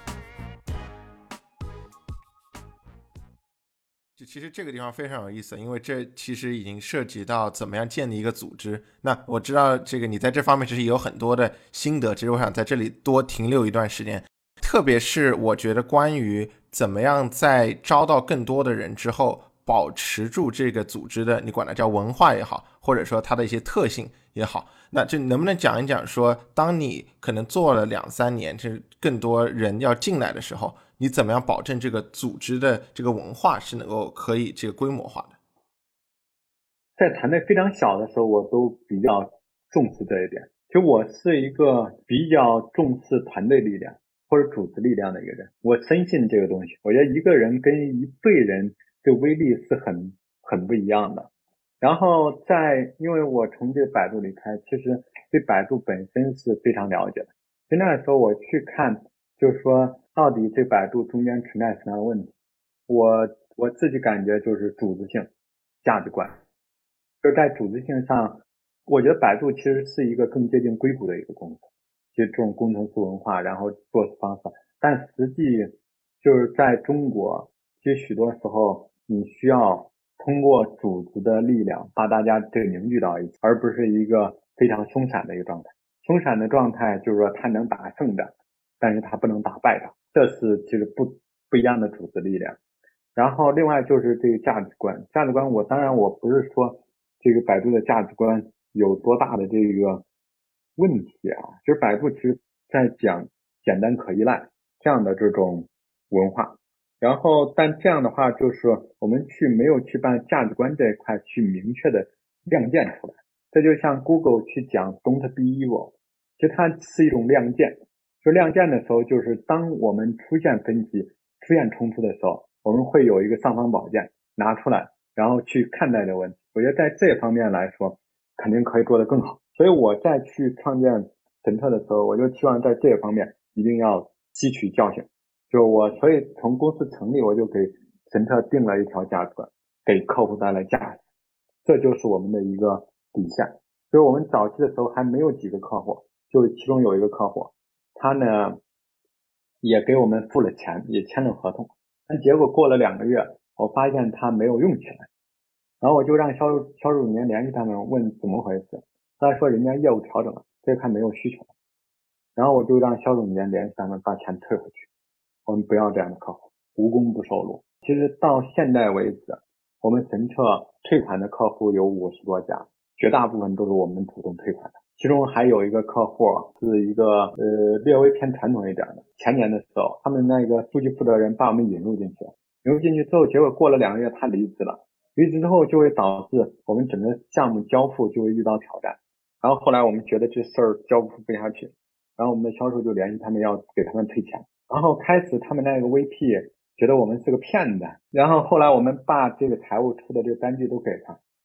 其实这个地方非常有意思，因为这其实已经涉及到怎么样建立一个组织。那我知道这个你在这方面其实有很多的心得，其实我想在这里多停留一段时间。特别是我觉得关于怎么样在招到更多的人之后，保持住这个组织的，你管它叫文化也好，或者说它的一些特性也好，那就能不能讲一讲说，当你可能做了2-3年，这更多人要进来的时候，你怎么样保证这个组织的这个文化是能够可以这个规模化的？ 在团队非常小的时候，我都比较重视这一点。其实我是一个比较重视团队力量或者组织力量的一个人，我深信这个东西。我觉得一个人跟一队人的威力是很不一样的。然后因为我从这个百度离开，其实对百度本身是非常了解的。所以那个时候我去看，就是说到底这百度中间存在什么样的问题，我自己感觉就是组织性、价值观。就是在组织性上，我觉得百度其实是一个更接近硅谷的一个公司，就这种工程师文化，然后做事方法。但实际就是在中国，其实许多时候你需要通过组织的力量把大家这个凝聚到一起，而不是一个非常松散的一个状态。松散的状态就是说它能打胜仗，但是它不能打败仗，这是其实不一样的组织力量。然后另外就是这个价值观，当然我不是说这个百度的价值观有多大的这个问题啊，就是百度其实在讲简单可依赖这样的这种文化。然后但这样的话就是我们没有去把价值观这一块去明确的亮剑出来。这就像 Google 去讲 Don't be evil， 其实它是一种亮剑。就亮剑的时候，就是当我们出现分歧、出现冲突的时候，我们会有一个尚方宝剑拿出来，然后去看待这个问题。我觉得在这方面来说，肯定可以做得更好。所以我在去创建神特的时候，我就期望在这个方面一定要吸取教训。所以从公司成立，我就给神特定了一条价值观，给客户带来价值，这就是我们的一个底线。所以我们早期的时候还没有几个客户，就其中有一个客户，他呢也给我们付了钱，也签了合同，但结果过了2个月，我发现他没有用起来，然后我就让销售总监联系他们，问怎么回事。他说人家业务调整了，这块没有需求。然后我就让销售总监联系他们，把钱退回去。我们不要这样的客户，无功不受禄。其实到现在为止，我们神特退款的客户有50多家，绝大部分都是我们主动退款的。其中还有一个客户是一个略微偏传统一点的，前年的时候他们那个数据负责人把我们引入进去了，引入进去之后，结果过了2个月他离职了，离职之后就会导致我们整个项目交付就会遇到挑战。然后后来我们觉得这事儿交付不下去，然后我们的销售就联系他们要给他们退钱。然后开始他们那个 VP 觉得我们是个骗子，然后后来我们把这个财务出的这个单据都给他，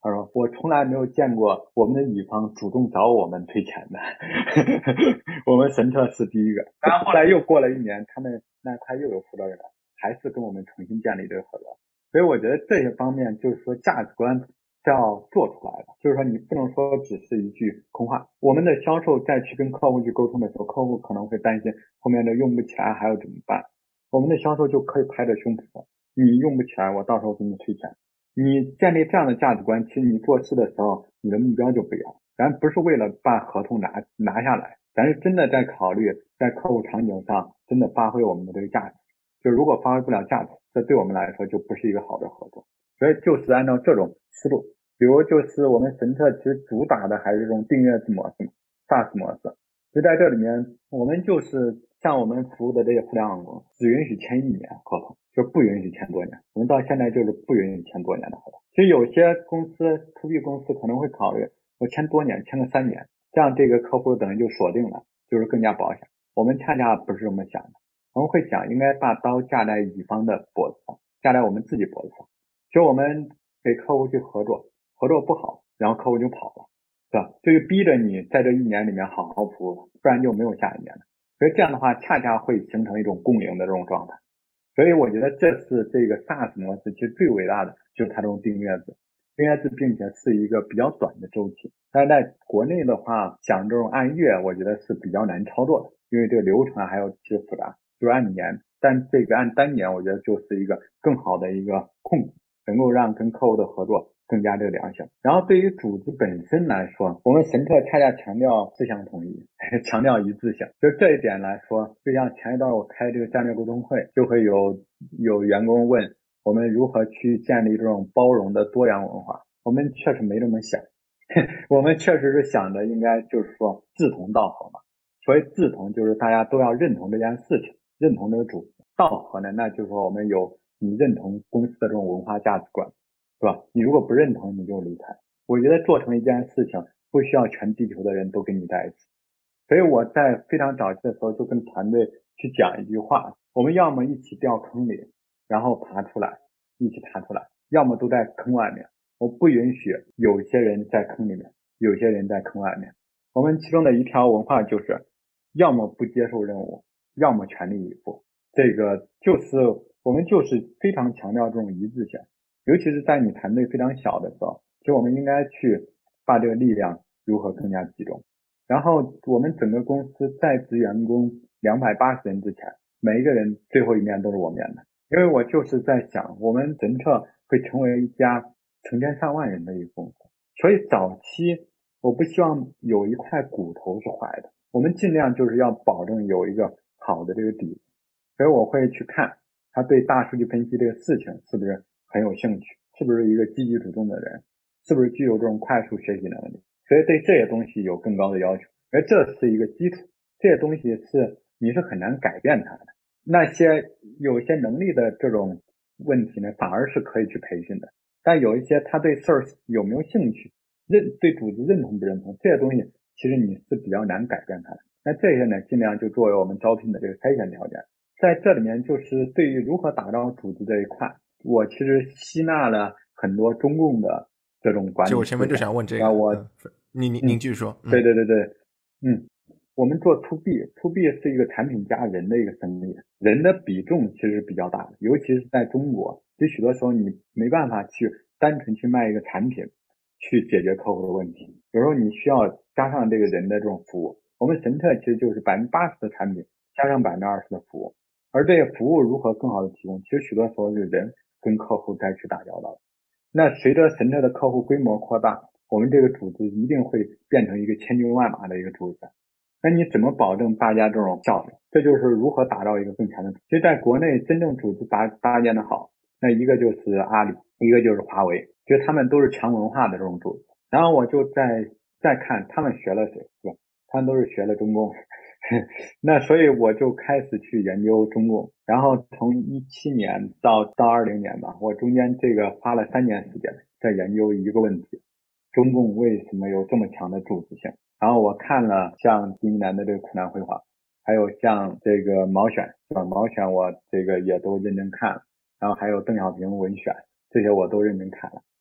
他说我从来没有见过我们的乙方主动找我们退钱的我们神特是第一个。然后后来又过了1年，他们那块又有负责人还是跟我们重新建立这个合作。所以我觉得这些方面就是说价值观是要做出来的，就是说你不能说只是一句空话。我们的销售再去跟客户去沟通的时候，客户可能会担心后面的用不起来还要怎么办，我们的销售就可以拍着胸脯说，你用不起来我到时候给你退钱。你建立这样的价值观，其实你做事的时候你的目标就不一样，咱不是为了把合同拿下来，咱是真的在考虑在客户场景上真的发挥我们的这个价值。就如果发挥不了价值，这对我们来说就不是一个好的合作。所以就是按照这种思路，比如就是我们神特其实主打的还是这种订阅制模式 SaaS 模式。就在这里面，我们就是像我们服务的这些互联网公司只允许签1年合同，就不允许签多年。我们到现在就是不允许签多年的合同。其实有些公司 To B 公司可能会考虑我签多年，签个3年，这样这个客户等于就锁定了，就是更加保险。我们恰恰不是这么想的，我们会想应该把刀架在乙方的脖子上，架在我们自己脖子上。就我们给客户去合作不好，然后客户就跑了，对吧？这就逼着你在这1年里面好好服务，不然就没有下1年了。所以这样的话恰恰会形成一种共赢的这种状态。所以我觉得这是这个 SaaS 模式其实最伟大的，就是它这种订阅制，并且是一个比较短的周期。但是在国内的话，想这种按月我觉得是比较难操作的，因为这个流程还有些复杂，就是按年，但这个按单年我觉得就是一个更好的一个控制，能够让跟客户的合作更加这个良性。然后对于组织本身来说，我们神特恰恰强调思想统一，强调一致性。就这一点来说，就像前一段我开这个战略沟通会，就会有员工问我们如何去建立这种包容的多元文化。我们确实没这么想我们确实是想的应该就是说志同道合嘛。所谓志同就是大家都要认同这件事情，认同这个主题。道合呢，那就是说我们有你认同公司的这种文化价值观，是吧？你如果不认同你就离开。我觉得做成一件事情不需要全地球的人都跟你在一起。所以我在非常早期的时候就跟团队去讲一句话，我们要么一起掉坑里然后一起爬出来，要么都在坑外面。我不允许有些人在坑里面，有些人在坑外面。我们其中的一条文化就是要么不接受任务，要么全力以赴。这个就是我们就是非常强调这种一致性，尤其是在你团队非常小的时候，其实我们应该去把这个力量如何更加集中。然后我们整个公司在职员工280人之前，每一个人最后一面都是我面的。因为我就是在想，我们神特会成为一家成千上万人的一个公司，所以早期我不希望有一块骨头是坏的，我们尽量就是要保证有一个好的这个底子。所以我会去看他对大数据分析这个事情是不是很有兴趣，是不是一个积极主动的人，是不是具有这种快速学习能力。所以对这些东西有更高的要求，而这是一个基础，这些东西是你是很难改变它的。那些有些能力的这种问题呢，反而是可以去培训的。但有一些他对事儿有没有兴趣，对组织认同不认同，这些东西其实你是比较难改变它的。那这些呢，尽量就作为我们招聘的这个筛选条件。在这里面就是对于如何打造组织这一块，我其实吸纳了很多中共的这种管理。 就我前面就想问这个，您继续说。 对，我们做 To B 是一个产品加人的一个生意，人的比重其实比较大的，尤其是在中国，其实许多时候你没办法去单纯去卖一个产品去解决客户的问题，有时候你需要加上这个人的这种服务。我们神特其实就是 80% 的产品加上 20% 的服务，而这个服务如何更好的提供，其实许多时候是人跟客户再去打交道的。那随着神特的客户规模扩大，我们这个组织一定会变成一个千军万马的一个组织。那你怎么保证大家这种效率？这就是如何打造一个更强的组织。其实在国内真正组织搭建的好，那一个就是阿里，一个就是华为，觉得他们都是强文化的这种组织。然后我就再看他们学了谁，是吧？他们都是学了中共那所以我就开始去研究中共，然后从17年到20年吧，我中间这个花了3年时间在研究一个问题，中共为什么有这么强的组织性。然后我看了像丁一南的这个苦难绘画，还有像这个毛选，我这个也都认真看了，然后还有邓小平文选，这些我都认真看了。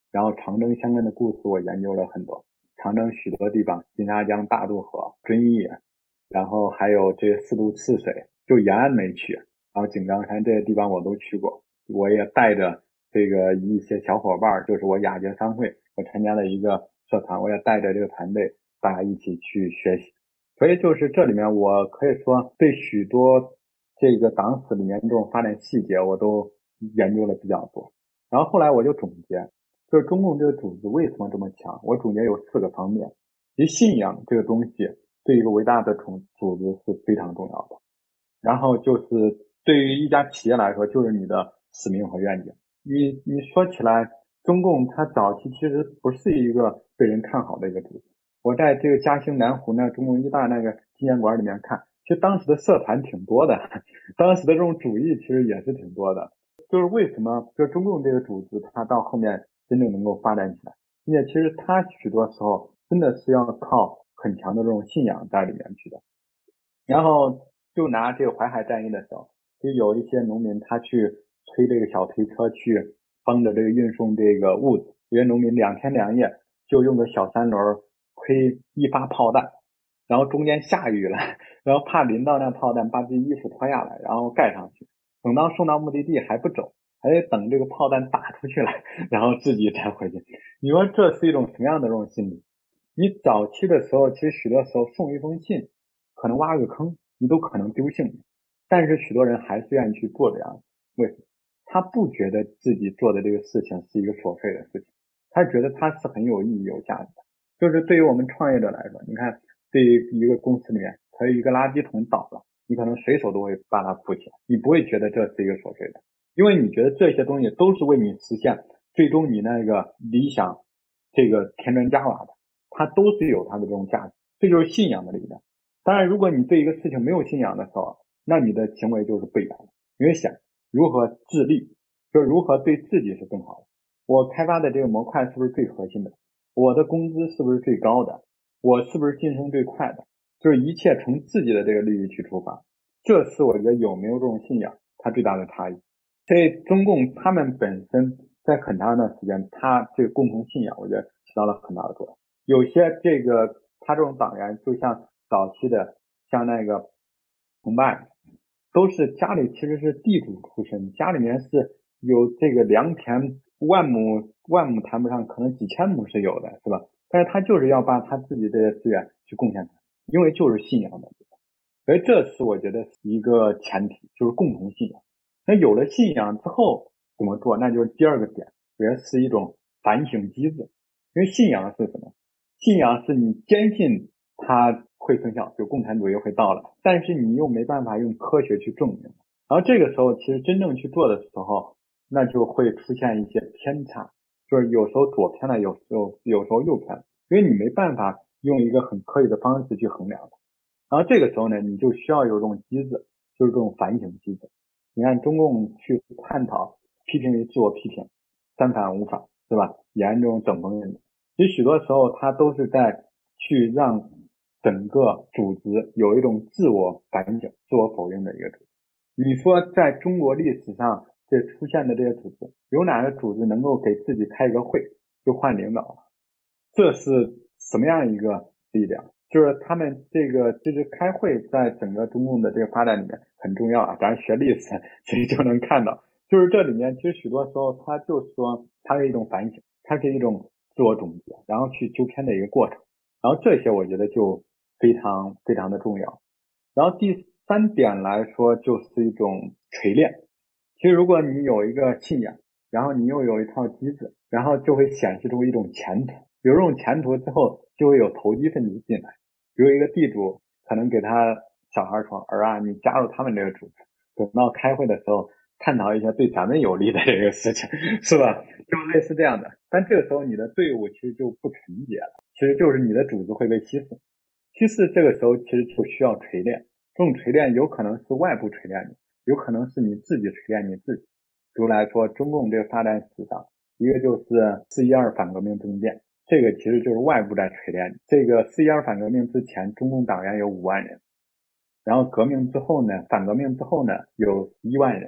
然后长征相关的故事我研究了很多，长征许多地方，金沙江、大渡河、遵义，然后还有这四渡赤水，就延安没去，然后井冈山这些地方我都去过，我也带着这个一些小伙伴，就是我雅洁商会，我参加了一个社团，我也带着这个团队，大家一起去学习。所以就是这里面我可以说对许多这个党史里面这种发展细节我都研究了比较多。然后后来我就总结，就是中共这个组织为什么这么强，我总结有4个方面。其实信仰这个东西对一个伟大的组织是非常重要的。然后就是对于一家企业来说，就是你的使命和愿景。你说起来，中共它早期其实不是一个被人看好的一个组织。我在这个嘉兴南湖那中共一大那个纪念馆里面看，其实当时的社团挺多的，当时的这种主义其实也是挺多的。就是为什么就是中共这个组织它到后面真正能够发展起来，并且其实它许多时候真的是要靠很强的这种信仰在里面去的。然后就拿这个淮海战役的时候，就有一些农民他去推这个小推车去帮着这个运送这个物资，有些农民2天2夜就用个小3轮推一发炮弹，然后中间下雨了，然后怕淋到那炮弹，把自己衣服脱下来然后盖上去，等到送到目的地还不走，还得等这个炮弹打出去了然后自己才回去。你说这是一种什么样的这种心理？你早期的时候其实许多时候送一封信可能挖个坑你都可能丢性命，但是许多人还是愿意去做这样。为什么？他不觉得自己做的这个事情是一个琐碎的事情，他觉得它是很有意义有价值的。就是对于我们创业者来说，你看对于一个公司里面可以一个垃圾桶倒了，你可能随手都会把它扶起来，你不会觉得这是一个琐碎的，因为你觉得这些东西都是为你实现最终你那个理想这个添砖加瓦的，它都是有它的这种价值，这就是信仰的力量。当然如果你对一个事情没有信仰的时候，那你的行为就是背叛的。你会想如何自立，就是如何对自己是更好的，我开发的这个模块是不是最核心的，我的工资是不是最高的，我是不是晋升最快的，就是一切从自己的这个利益去出发。这是我觉得有没有这种信仰它最大的差异。所以中共他们本身在很长一段时间，他这个共同信仰我觉得起到了很大的作用。有些这个他这种党员就像早期的像那个崇拜，都是家里其实是地主出身，家里面是有这个良田万亩谈不上，可能几千亩是有的，是吧？但是他就是要把他自己这些资源去贡献出来，因为就是信仰的。所以这是我觉得一个前提，就是共同信仰。那有了信仰之后怎么做，那就是第2个点，我觉得是一种反省机制。因为信仰是什么？信仰是你坚信它会生效，就共产主义会到了，但是你又没办法用科学去证明。然后这个时候其实真正去做的时候，那就会出现一些偏差，就是有时候左偏了，有时候右偏了，因为你没办法用一个很科学的方式去衡量它。然后这个时候呢，你就需要有这种机制，就是这种反省机制。你看中共去探讨批评与自我批评，三反五反，是吧？沿这种整风运动，其实许多时候它都是在去让整个组织有一种自我反省、自我否认的一个组织。你说在中国历史上这出现的这些组织，有哪个组织能够给自己开一个会就换领导了？这是什么样一个力量？就是他们这个其实开会在整个中共的这个发展里面很重要啊，咱学历史其实就能看到，就是这里面其实许多时候它就是说它是一种反省，它是一种自我总结，然后去纠偏的一个过程。然后这些我觉得就非常非常的重要。然后第3点来说就是一种锤炼。其实如果你有一个信仰，然后你又有一套机制，然后就会显示出一种前途，有这种前途之后就会有投机分子进来，比如一个地主可能给他小孩说，儿啊，你加入他们这个组织，等到开会的时候探讨一些对咱们有利的这个事情，是吧？就类似这样的。但这个时候你的队伍其实就不纯洁了，其实就是你的组织会被稀释。稀释这个时候其实就需要锤炼，这种锤炼有可能是外部锤炼你，有可能是你自己锤炼你自己。比如来说中共这个发展史上，一个就是4·12反革命政变，这个其实就是外部在锤炼你。这个4·12反革命之前中共党员有5万人，然后革命之后呢，反革命之后呢有1万人，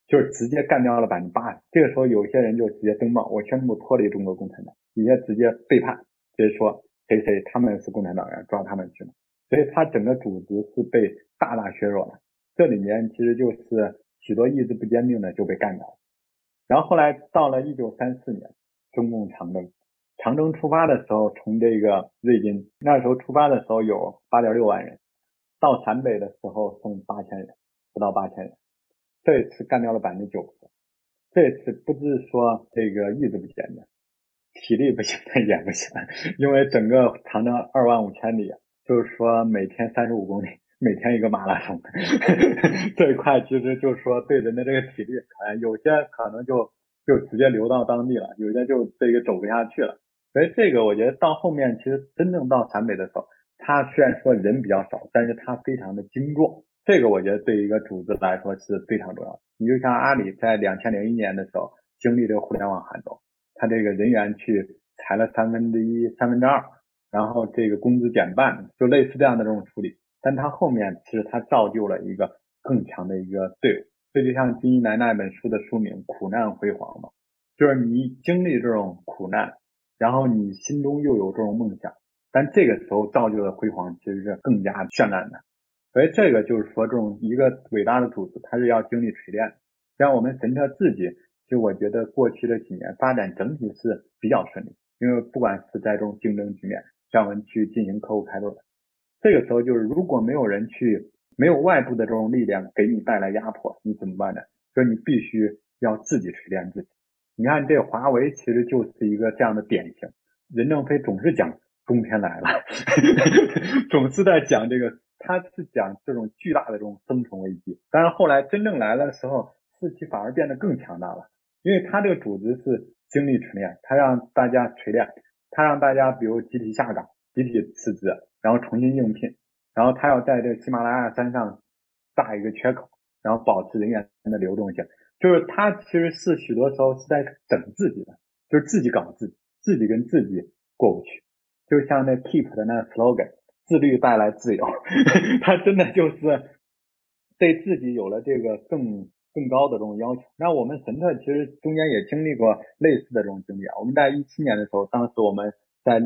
就是直接干掉了80%。这个时候有些人就直接登报，我宣布脱离中国共产党，有些直接背叛，就是说谁谁他们是共产党员，抓他们去了。所以他整个组织是被大大削弱了。这里面其实就是许多意志不坚定的就被干掉了。然后后来到了1934年，中共长征出发的时候，从这个瑞金，那时候出发的时候有8.6万人，到陕北的时候剩8000人，不到8000人。这一次干掉了90%。这一次不是说这个意志不坚定，体力不行也不行，因为整个长征25000里，就是说每天35公里，每天一个马拉松这一块其实就是说对人的这个体力考验，有些可能就直接流到当地了，有些就这个走不下去了。所以这个我觉得到后面其实真正到陕北的时候，他虽然说人比较少，但是他非常的精壮，这个我觉得对一个组织来说是非常重要的。你就像阿里在2001年的时候经历这个互联网寒冬，他这个人员去裁了1/3、2/3，然后这个工资减半，就类似这样的这种处理，但他后面其实他造就了一个更强的一个队伍。这就像金一南那本书的书名苦难辉煌嘛，就是你经历这种苦难，然后你心中又有这种梦想，但这个时候造就的辉煌其实是更加绚烂的。所以这个就是说这种一个伟大的组织它是要经历锤炼的。像我们神特自己，其实我觉得过去的几年发展整体是比较顺利，因为不管是在这种竞争局面，像我们去进行客户开拓的，这个时候就是如果没有人去，没有外部的这种力量给你带来压迫，你怎么办呢？所以你必须要自己锤炼自己。你看这华为其实就是一个这样的典型，任正非总是讲冬天来了总是在讲这个，他是讲这种巨大的这种生存危机，但是后来真正来了的时候，士气反而变得更强大了，因为他这个组织是经历锤炼，他让大家锤炼，他让大家比如集体下岗，集体辞职，然后重新应聘，然后他要在这个喜马拉雅山上大一个缺口，然后保持人员的流动性，就是他其实是许多时候是在整自己的，就是自己搞自己，自己跟自己过不去，就像那 Keep 的那个 slogan， 自律带来自由他真的就是对自己有了这个更高的这种要求。那我们神特其实中间也经历过类似的这种经历啊。我们在17年的时候，当时我们在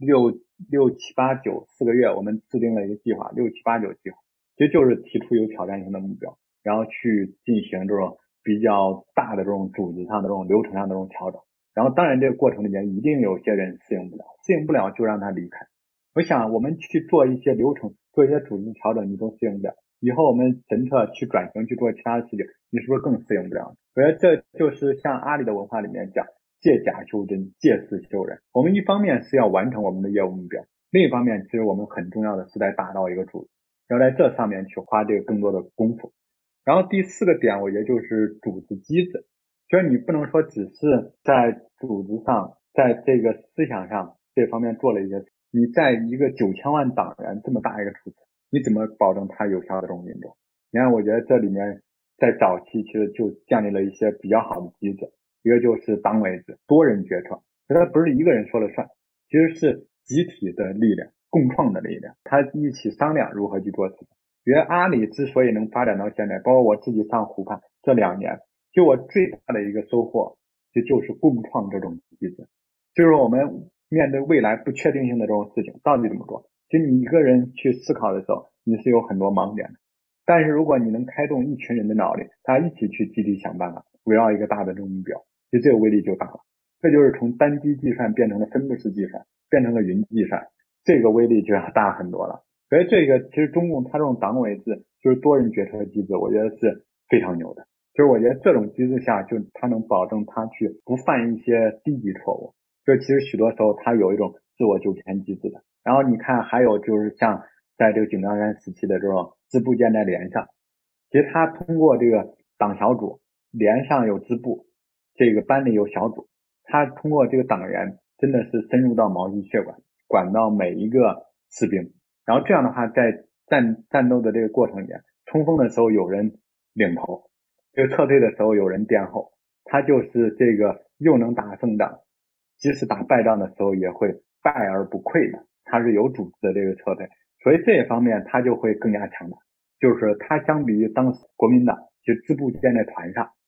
6、7、8、9 4个月，我们制定了一个计划，6、7、8、9计划，其实就是提出有挑战性的目标，然后去进行这种比较大的这种组织上的这种流程上的这种调整。然后当然这个过程里面一定有些人适应不了就让他离开。我想我们去做一些流程，做一些组织调整，你都适应不了，以后我们神特去转型去做其他的事情，你是不是更适应不了？我觉得这就是像阿里的文化里面讲借假修真，借势修人。我们一方面是要完成我们的业务目标，另一方面其实我们很重要的是在打造一个组织，要在这上面去花这个更多的功夫。然后第4个点我觉得就是组织机制，就是你不能说只是在组织上，在这个思想上这方面做了一些，你在一个9000万党员这么大一个组织，你怎么保证它有效的这种运作？你看我觉得这里面在早期其实就建立了一些比较好的机制，一个就是党委制，多人决策，它不是一个人说了算，其实是集体的力量，共创的力量，他一起商量如何去做事情。觉得阿里之所以能发展到现在，包括我自己上湖畔这2年，就我最大的一个收获就是共创这种机制，就是我们面对未来不确定性的这种事情到底怎么做，就你一个人去思考的时候你是有很多盲点的，但是如果你能开动一群人的脑力，大家一起去集体想办法，围绕一个大的这种目标，就这个威力就大了。这就是从单机计算变成了分布式计算，变成了云计算，这个威力就要大很多了。所以这个其实中共它这种党委制就是多人决策机制，我觉得是非常牛的。就是我觉得这种机制下，就它能保证它去不犯一些低级错误，就其实许多时候它有一种自我救援机制的。然后你看还有就是像在这个井冈山时期的这种支部建在连上，其实它通过这个党小组，连上有支部，这个班里有小组，它通过这个党员真的是深入到毛细血管，管到每一个士兵，然后这样的话在战斗的这个过程里面，冲锋的时候有人领头，这个撤退的时候有人殿后，他就是这个又能打胜仗，即使打败仗的时候也会败而不溃的，他是有组织的这个撤退，所以这一方面他就会更加强大。就是他相比于当时国民党就支部建在团上，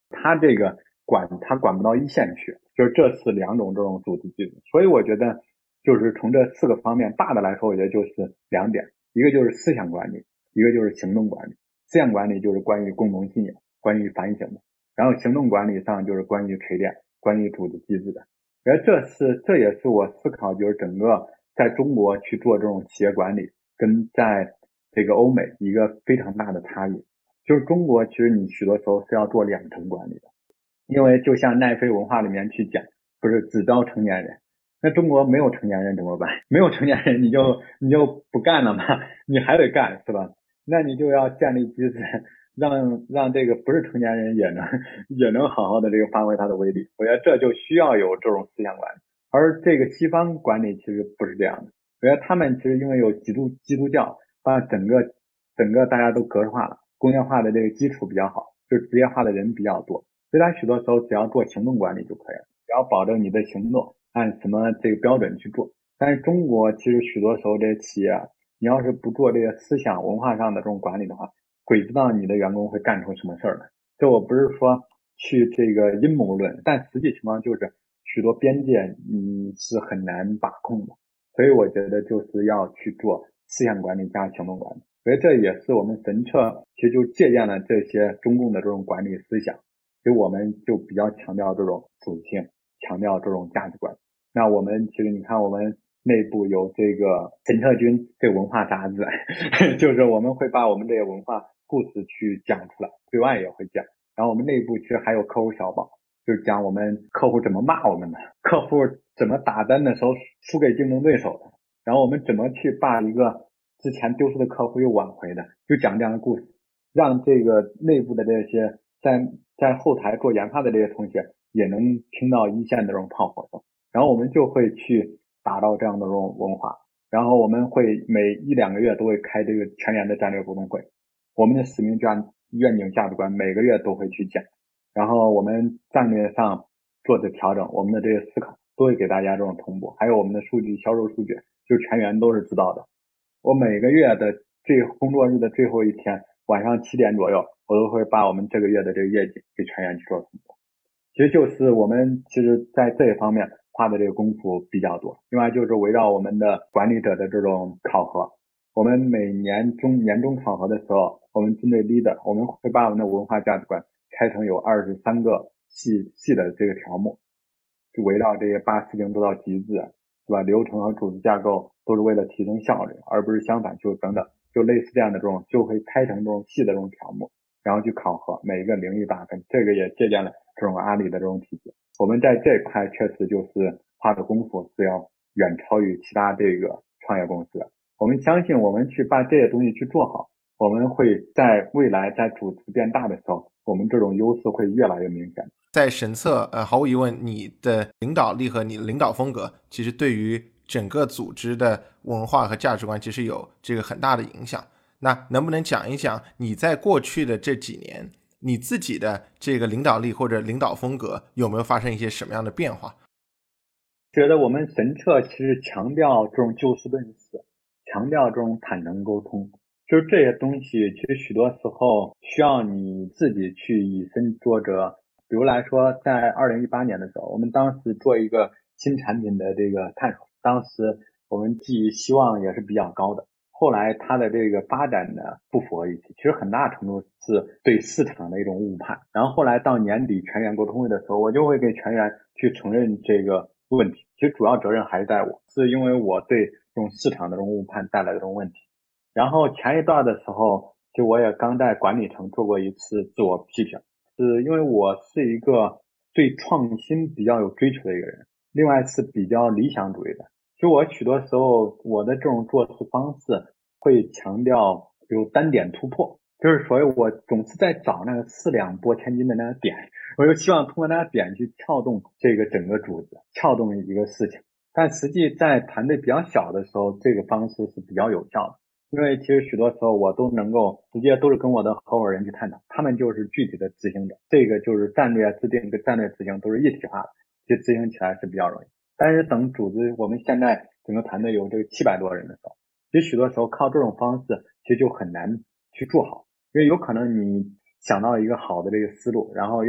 他这个他管不到一线去，就是这是两种这种组织机制。所以我觉得就是从这4个方面大的来说，我觉得就是2点，一个就是思想管理，一个就是行动管理。思想管理就是关于共同信仰，关于反省的，然后行动管理上就是关于锤炼，关于组织机制的。而这也是我思考，就是整个在中国去做这种企业管理跟在这个欧美一个非常大的差异。就是中国其实你许多时候是要做2层管理的，因为就像奈飞文化里面去讲，不是只招成年人，那中国没有成年人怎么办？没有成年人你就不干了吗？你还得干，是吧？那你就要建立机制，让这个不是成年人也能好好的这个发挥它的威力。我觉得这就需要有这种思想管理，而这个西方管理其实不是这样的。我觉得他们其实因为有基督教把整个大家都格式化了，工业化的这个基础比较好，就职业化的人比较多，所以他许多时候只要做行动管理就可以了，只要保证你的行动按什么这个标准去做。但是中国其实许多时候这些企业你要是不做这个思想文化上的这种管理的话，鬼知道你的员工会干出什么事儿来。这我不是说去这个阴谋论，但实际情况就是许多边界你是很难把控的。所以我觉得就是要去做思想管理加行动管理。所以这也是我们神策其实就借鉴了这些中共的这种管理思想，所以我们就比较强调这种属性，强调这种价值观。那我们其实你看我们内部有这个神策军这个文化杂志就是我们会把我们这个文化故事去讲出来，对外也会讲。然后我们内部其实还有客户小报，就是讲我们客户怎么骂我们的，客户怎么打单的时候输给竞争对手的，然后我们怎么去把一个之前丢失的客户又挽回的，就讲这样的故事，让这个内部的这些在后台做研发的这些同学也能听到一线的这种炮火声。然后我们就会去打造这样的这种文化，然后我们会每1-2个月都会开这个全员的战略沟通会，我们的使命愿景价值观每个月都会去讲，然后我们战略上做的调整，我们的这些思考都会给大家这种同步，还有我们的数据销售数据就全员都是知道的。我每个月的工作日的最后一天晚上7点左右，我都会把我们这个月的这个业绩给全员去做同步。其实就是我们其实在这一方面花的这个功夫比较多。另外就是围绕我们的管理者的这种考核，我们每年中考核的时候，我们针对 leader， 我们会把我们的文化价值观拆成有23个细的这个条目，就围绕这些把事情做到极致，是吧？流程和组织架构都是为了提升效率，而不是相反，就等等，就类似这样的这种，就会拆成这种细的这种条目，然后去考核，每一个0、1、8分。这个也借鉴了这种阿里的这种体系。我们在这一块确实就是花的功夫是要远超于其他这个创业公司的。我们相信我们去把这些东西去做好，我们会在未来在组织变大的时候，我们这种优势会越来越明显。 在神策毫无疑问你的领导力和你的领导风格其实对于整个组织的文化和价值观其实有这个很大的影响。那能不能讲一讲你在过去的这几年你自己的这个领导力或者领导风格有没有发生一些什么样的变化？ 觉得我们神策其实强调这种就事论事，强调这种坦诚沟通，就是这些东西其实许多时候需要你自己去以身作则。比如来说在2018年的时候，我们当时做一个新产品的这个探索，当时我们寄予希望也是比较高的，后来它的这个发展呢不符合预期，其实很大程度是对市场的一种误判。然后后来到年底全员沟通会的时候，我就会给全员去承认这个问题，其实主要责任还是在我，是因为我对这种市场的这种误判带来的这种问题。然后前一段的时候，就我也刚在管理层做过一次自我批评，是因为我是一个对创新比较有追求的一个人，另外是比较理想主义的。就我许多时候我的这种做事方式会强调有单点突破，就是所以我总是在找那个4两拨千斤的那个点，我就希望通过那个点去撬动这个整个组织，撬动一个事情。但实际在团队比较小的时候，这个方式是比较有效的，因为其实许多时候我都能够直接都是跟我的合伙人去探讨，他们就是具体的执行者，这个就是战略制定跟战略执行都是一体化的，其实执行起来是比较容易。但是等组织我们现在整个团队有这个700多人的时候，其实许多时候靠这种方式其实就很难去做好，因为有可能你想到一个好的这个思路，然后要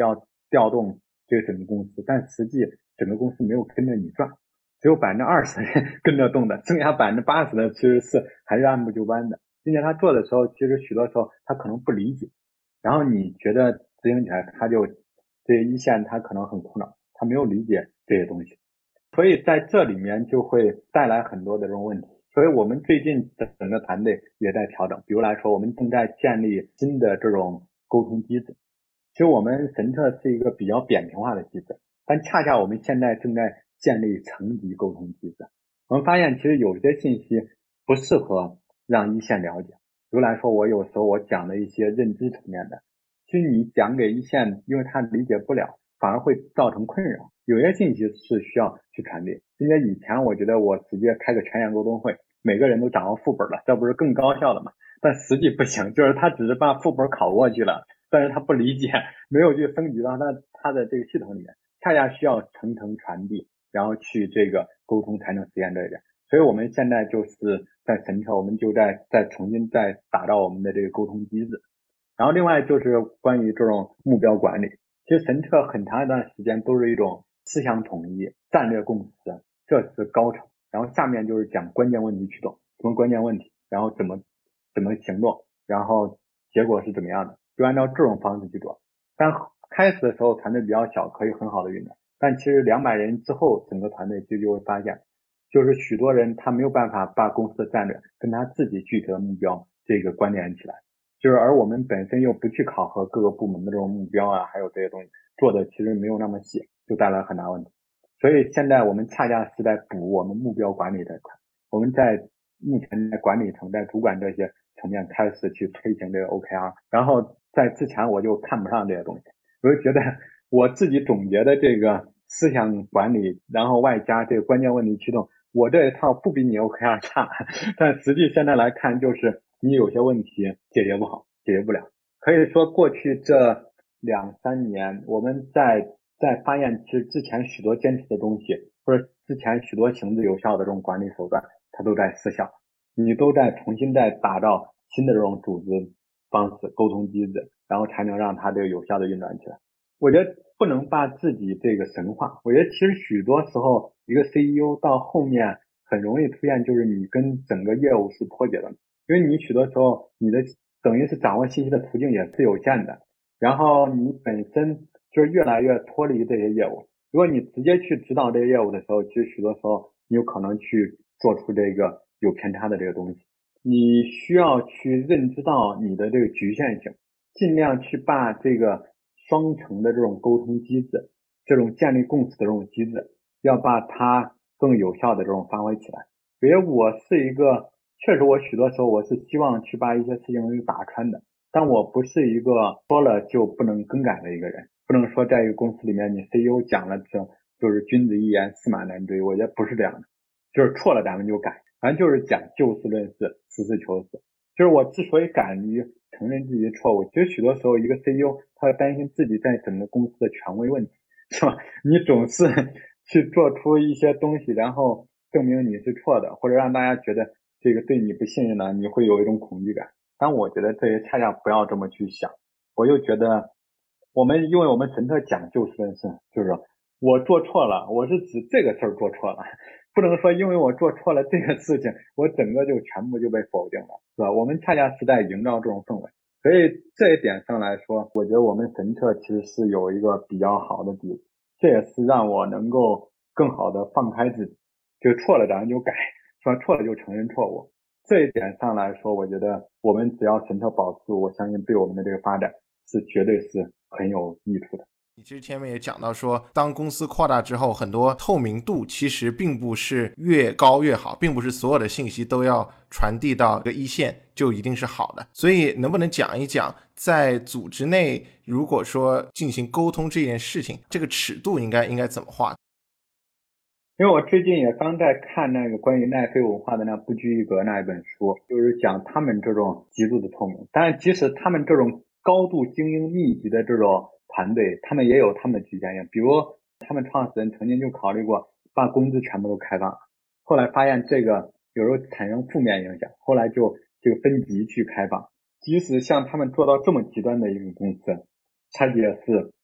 调动这个整个公司，但实际整个公司没有跟着你转，只有20%的人跟着动的，剩下80%的其实是还是按部就班的，并且他做的时候，其实许多时候他可能不理解，然后你觉得执行起来他就这一线他可能很苦恼，他没有理解这些东西，所以在这里面就会带来很多的这种问题。所以我们最近整个团队也在调整，比如来说我们正在建立新的这种沟通机制。其实我们神策是一个比较扁平化的机制，但恰恰我们现在正在建立层级沟通机制。我们发现其实有些信息不适合让一线了解，比如来说我有时候我讲的一些认知层面的，其实你讲给一线，因为他理解不了，反而会造成困扰。有些信息是需要去传递，并且以前我觉得我直接开个全员沟通会，每个人都掌握副本了，这不是更高效的吗？但实际不行，就是他只是把副本考过去了，但是他不理解，没有去升级到他的这个系统里面，恰恰需要层层传递，然后去这个沟通才能实现这一点。所以我们现在就是在神策，我们就在重新再打造我们的这个沟通机制。然后另外就是关于这种目标管理，其实神策很长一段时间都是一种思想统一、战略共识，这是高层。然后下面就是讲关键问题驱动，什么关键问题，然后怎么行动，然后结果是怎么样的，就按照这种方式去做。但开始的时候团队比较小，可以很好的运转，但其实200人之后，整个团队就会发现，就是许多人他没有办法把公司的战略跟他自己具体的目标这个关联起来，就是而我们本身又不去考核各个部门的这种目标啊，还有这些东西做的其实没有那么细，就带来很大问题。所以现在我们恰恰是在补我们目标管理这一块，我们在目前在管理层在主管这些层面开始去推行这个 OKR， 然后在之前我就看不上这些东西，我就觉得我自己总结的这个思想管理，然后外加这个关键问题驱动，我这一套不比你 OKR 差，但实际现在来看就是你有些问题解决不好，解决不了。可以说过去这2-3年我们在发现其实之前许多坚持的东西，或者之前许多行之有效的这种管理手段，它都在失效，你都在重新再打造新的这种组织方式、沟通机制，然后才能让它这个有效的运转起来。我觉得不能把自己这个神化，我觉得其实许多时候一个 CEO 到后面很容易出现就是你跟整个业务是脱节的，因为你许多时候你的等于是掌握信息的途径也是有限的，然后你本身就是越来越脱离这些业务。如果你直接去指导这些业务的时候，其实许多时候你有可能去做出这个有偏差的这个东西。你需要去认知到你的这个局限性，尽量去把这个双层的这种沟通机制，这种建立共识的这种机制，要把它更有效的这种发挥起来。因为我是一个确实我许多时候我是希望去把一些事情打穿的，但我不是一个说了就不能更改的一个人，不能说在一个公司里面你 CEO 讲了就是君子一言驷马难追，我觉得不是这样的，就是错了咱们就改，反正就是讲就事论事，实事求是。就是我之所以敢于承认自己的错误，其实许多时候一个 CEO 他会担心自己在整个公司的权威问题，是吧？你总是去做出一些东西，然后证明你是错的，或者让大家觉得这个对你不信任了，你会有一种恐惧感。但我觉得这些恰恰不要这么去想。我又觉得因为我们神特讲就事论事，就是我做错了，我是指这个事儿做错了，不能说因为我做错了这个事情，我整个就全部就被否定了，是吧？我们恰恰是在营造这种氛围。所以这一点上来说，我觉得我们神特其实是有一个比较好的底子，这也是让我能够更好的放开自己，就错了咱们就改，说错了就承认错误。这一点上来说，我觉得我们只要神特保持，我相信对我们的这个发展是绝对是很有益处的。 你其实前面也讲到说，当公司扩大之后，很多透明度其实并不是越高越好，并不是所有的信息都要传递到一线就一定是好的。所以能不能讲一讲，在组织内如果说进行沟通这件事情，这个尺度应该怎么画？ 因为我最近也刚在看那个关于奈飞文化的那不拘一格那一本书，就是讲他们这种极度的透明，但是即使他们这种高度精英密集的这种团队，他们也有他们的局限性。比如他们创始人曾经就考虑过把工资全部都开放，后来发现这个有时候产生负面影响，后来就这个分级去开放。即使像他们做到这么极端的一个公司，它也是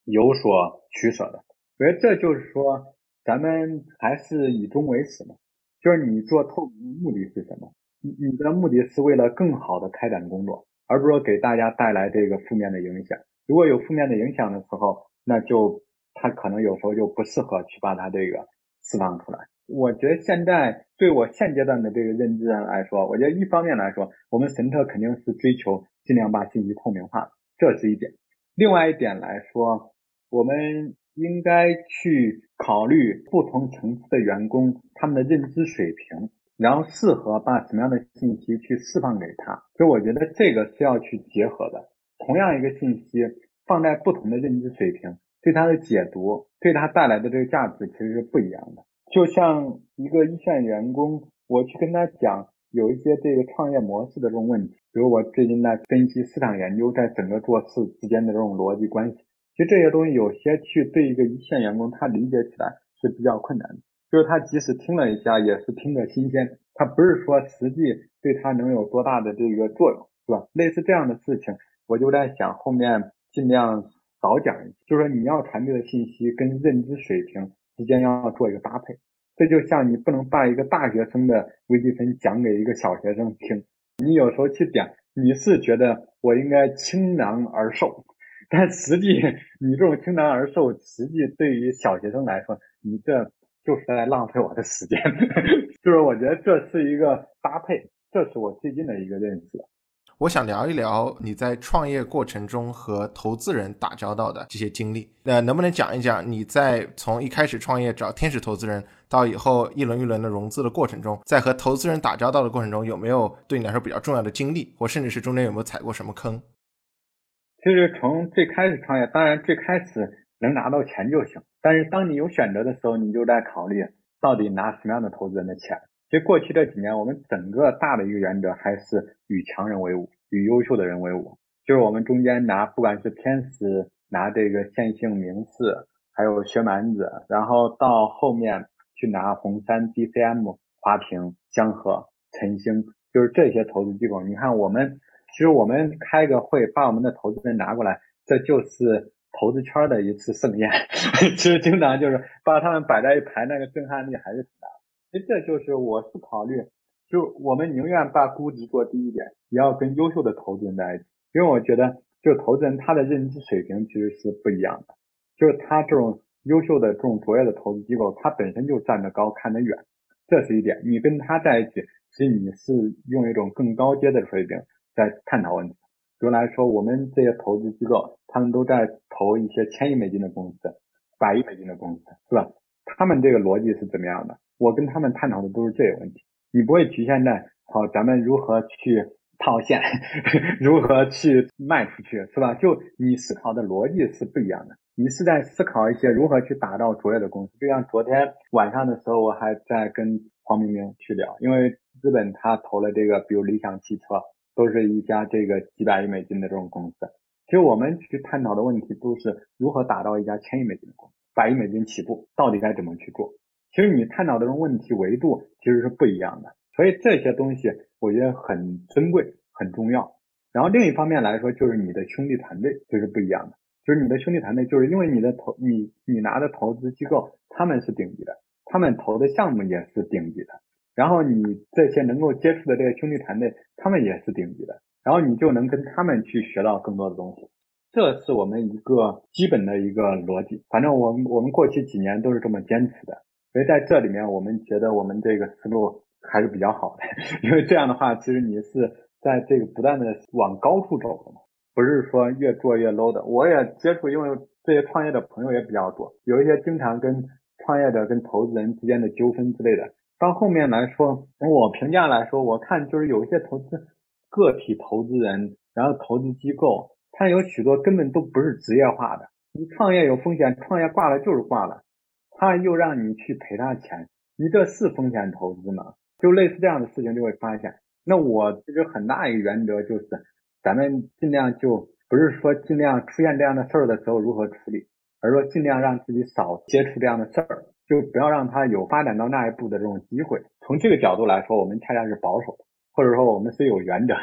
有所取舍的。我觉得这就是说咱们还是以终为始嘛，就是你做透明的目的是什么？你的目的是为了更好的开展工作，而不是说给大家带来这个负面的影响。如果有负面的影响的时候，那就它可能有时候就不适合去把它这个释放出来。我觉得现在对我现阶段的这个认知来说，我觉得一方面来说，我们神特肯定是追求尽量把信息透明化，这是一点。另外一点来说，我们应该去考虑不同层次的员工他们的认知水平，然后适合把什么样的信息去释放给他。所以我觉得这个是要去结合的。同样一个信息放在不同的认知水平，对它的解读，对它带来的这个价值其实是不一样的。就像一个一线员工，我去跟他讲有一些这个创业模式的这种问题，比如我最近在分析市场研究在整个做事之间的这种逻辑关系，其实这些东西有些去对一个一线员工他理解起来是比较困难的，就是他即使听了一下也是听着新鲜，他不是说实际对他能有多大的这个作用，是吧？类似这样的事情，我就在想后面尽量少讲一些，就是说你要传递的信息跟认知水平之间要做一个搭配。这就像你不能把一个大学生的微积分讲给一个小学生听，你有时候去讲，你是觉得我应该倾囊而授，但实际你这种倾囊而授，实际对于小学生来说，你这就是在浪费我的时间。就是我觉得这是一个搭配，这是我最近的一个认识。 我想聊一聊你在创业过程中和投资人打交道的这些经历。能不能讲一讲你在从一开始创业找天使投资人到以后一轮一轮的融资的过程中，在和投资人打交道的过程中，有没有对你来说比较重要的经历，或甚至是中间有没有踩过什么坑？ 其实从最开始创业，当然最开始能拿到钱就行，但是当你有选择的时候，你就在考虑到底拿什么样的投资人的钱。其实过去这几年，我们整个大的一个原则还是与强人为伍，与优秀的人为伍。就是我们中间拿，不管是天使拿这个线性明示，还有薛蛮子，然后到后面去拿红杉、DCM、华平、江河、晨星，就是这些投资机构。你看其实我们开个会，把我们的投资人拿过来，这就是投资圈的一次盛宴。其实经常就是把他们摆在一排，那个震撼力还是挺大的。其实这就是我是考虑，就我们宁愿把估值做低一点，也要跟优秀的投资人在一起，因为我觉得就投资人他的认知水平其实是不一样的，就是他这种优秀的这种卓越的投资机构，他本身就站得高看得远，这是一点。你跟他在一起，其实你是用一种更高阶的水平在探讨问题。比如来说，我们这些投资机构，他们都在投一些1000亿美金的公司，100亿美金的公司，是吧？他们这个逻辑是怎么样的？我跟他们探讨的都是这个问题。你不会局限在咱们如何去套现，如何去卖出去，是吧？就你思考的逻辑是不一样的。你是在思考一些如何去打造卓越的公司。就像昨天晚上的时候，我还在跟黄明明去聊，因为资本他投了这个，比如理想汽车，都是一家这个几百亿美金的这种公司。其实我们去探讨的问题都是如何打造一家1000亿美金的公司，100亿美金起步，到底该怎么去做？其实你探讨的这种问题维度其实是不一样的，所以这些东西我觉得很珍贵，很重要。然后另一方面来说，就是你的兄弟团队就是不一样的，就是你的兄弟团队，就是因为你拿的投资机构他们是顶级的，他们投的项目也是顶级的，然后你这些能够接触的这个兄弟团队他们也是顶级的，然后你就能跟他们去学到更多的东西。这是我们一个基本的一个逻辑，反正我们过去几年都是这么坚持的。所以在这里面我们觉得我们这个思路还是比较好的，因为这样的话其实你是在这个不断的往高处走的嘛，不是说越做越 low 的。我也接触，因为这些创业的朋友也比较多，有一些经常跟创业的跟投资人之间的纠纷之类的，到后面来说，我评价来说，我看就是有一些个体投资人，然后投资机构，他有许多根本都不是职业化的。你创业有风险，创业挂了就是挂了，他又让你去赔他钱，你这是风险投资吗？就类似这样的事情就会发现。那我其实很大一个原则就是，咱们尽量就不是说尽量出现这样的事儿的时候如何处理，而说尽量让自己少接触这样的事儿，就不要让他有发展到那一步的这种机会。从这个角度来说，我们恰恰是保守的，或者说我们是有原则的。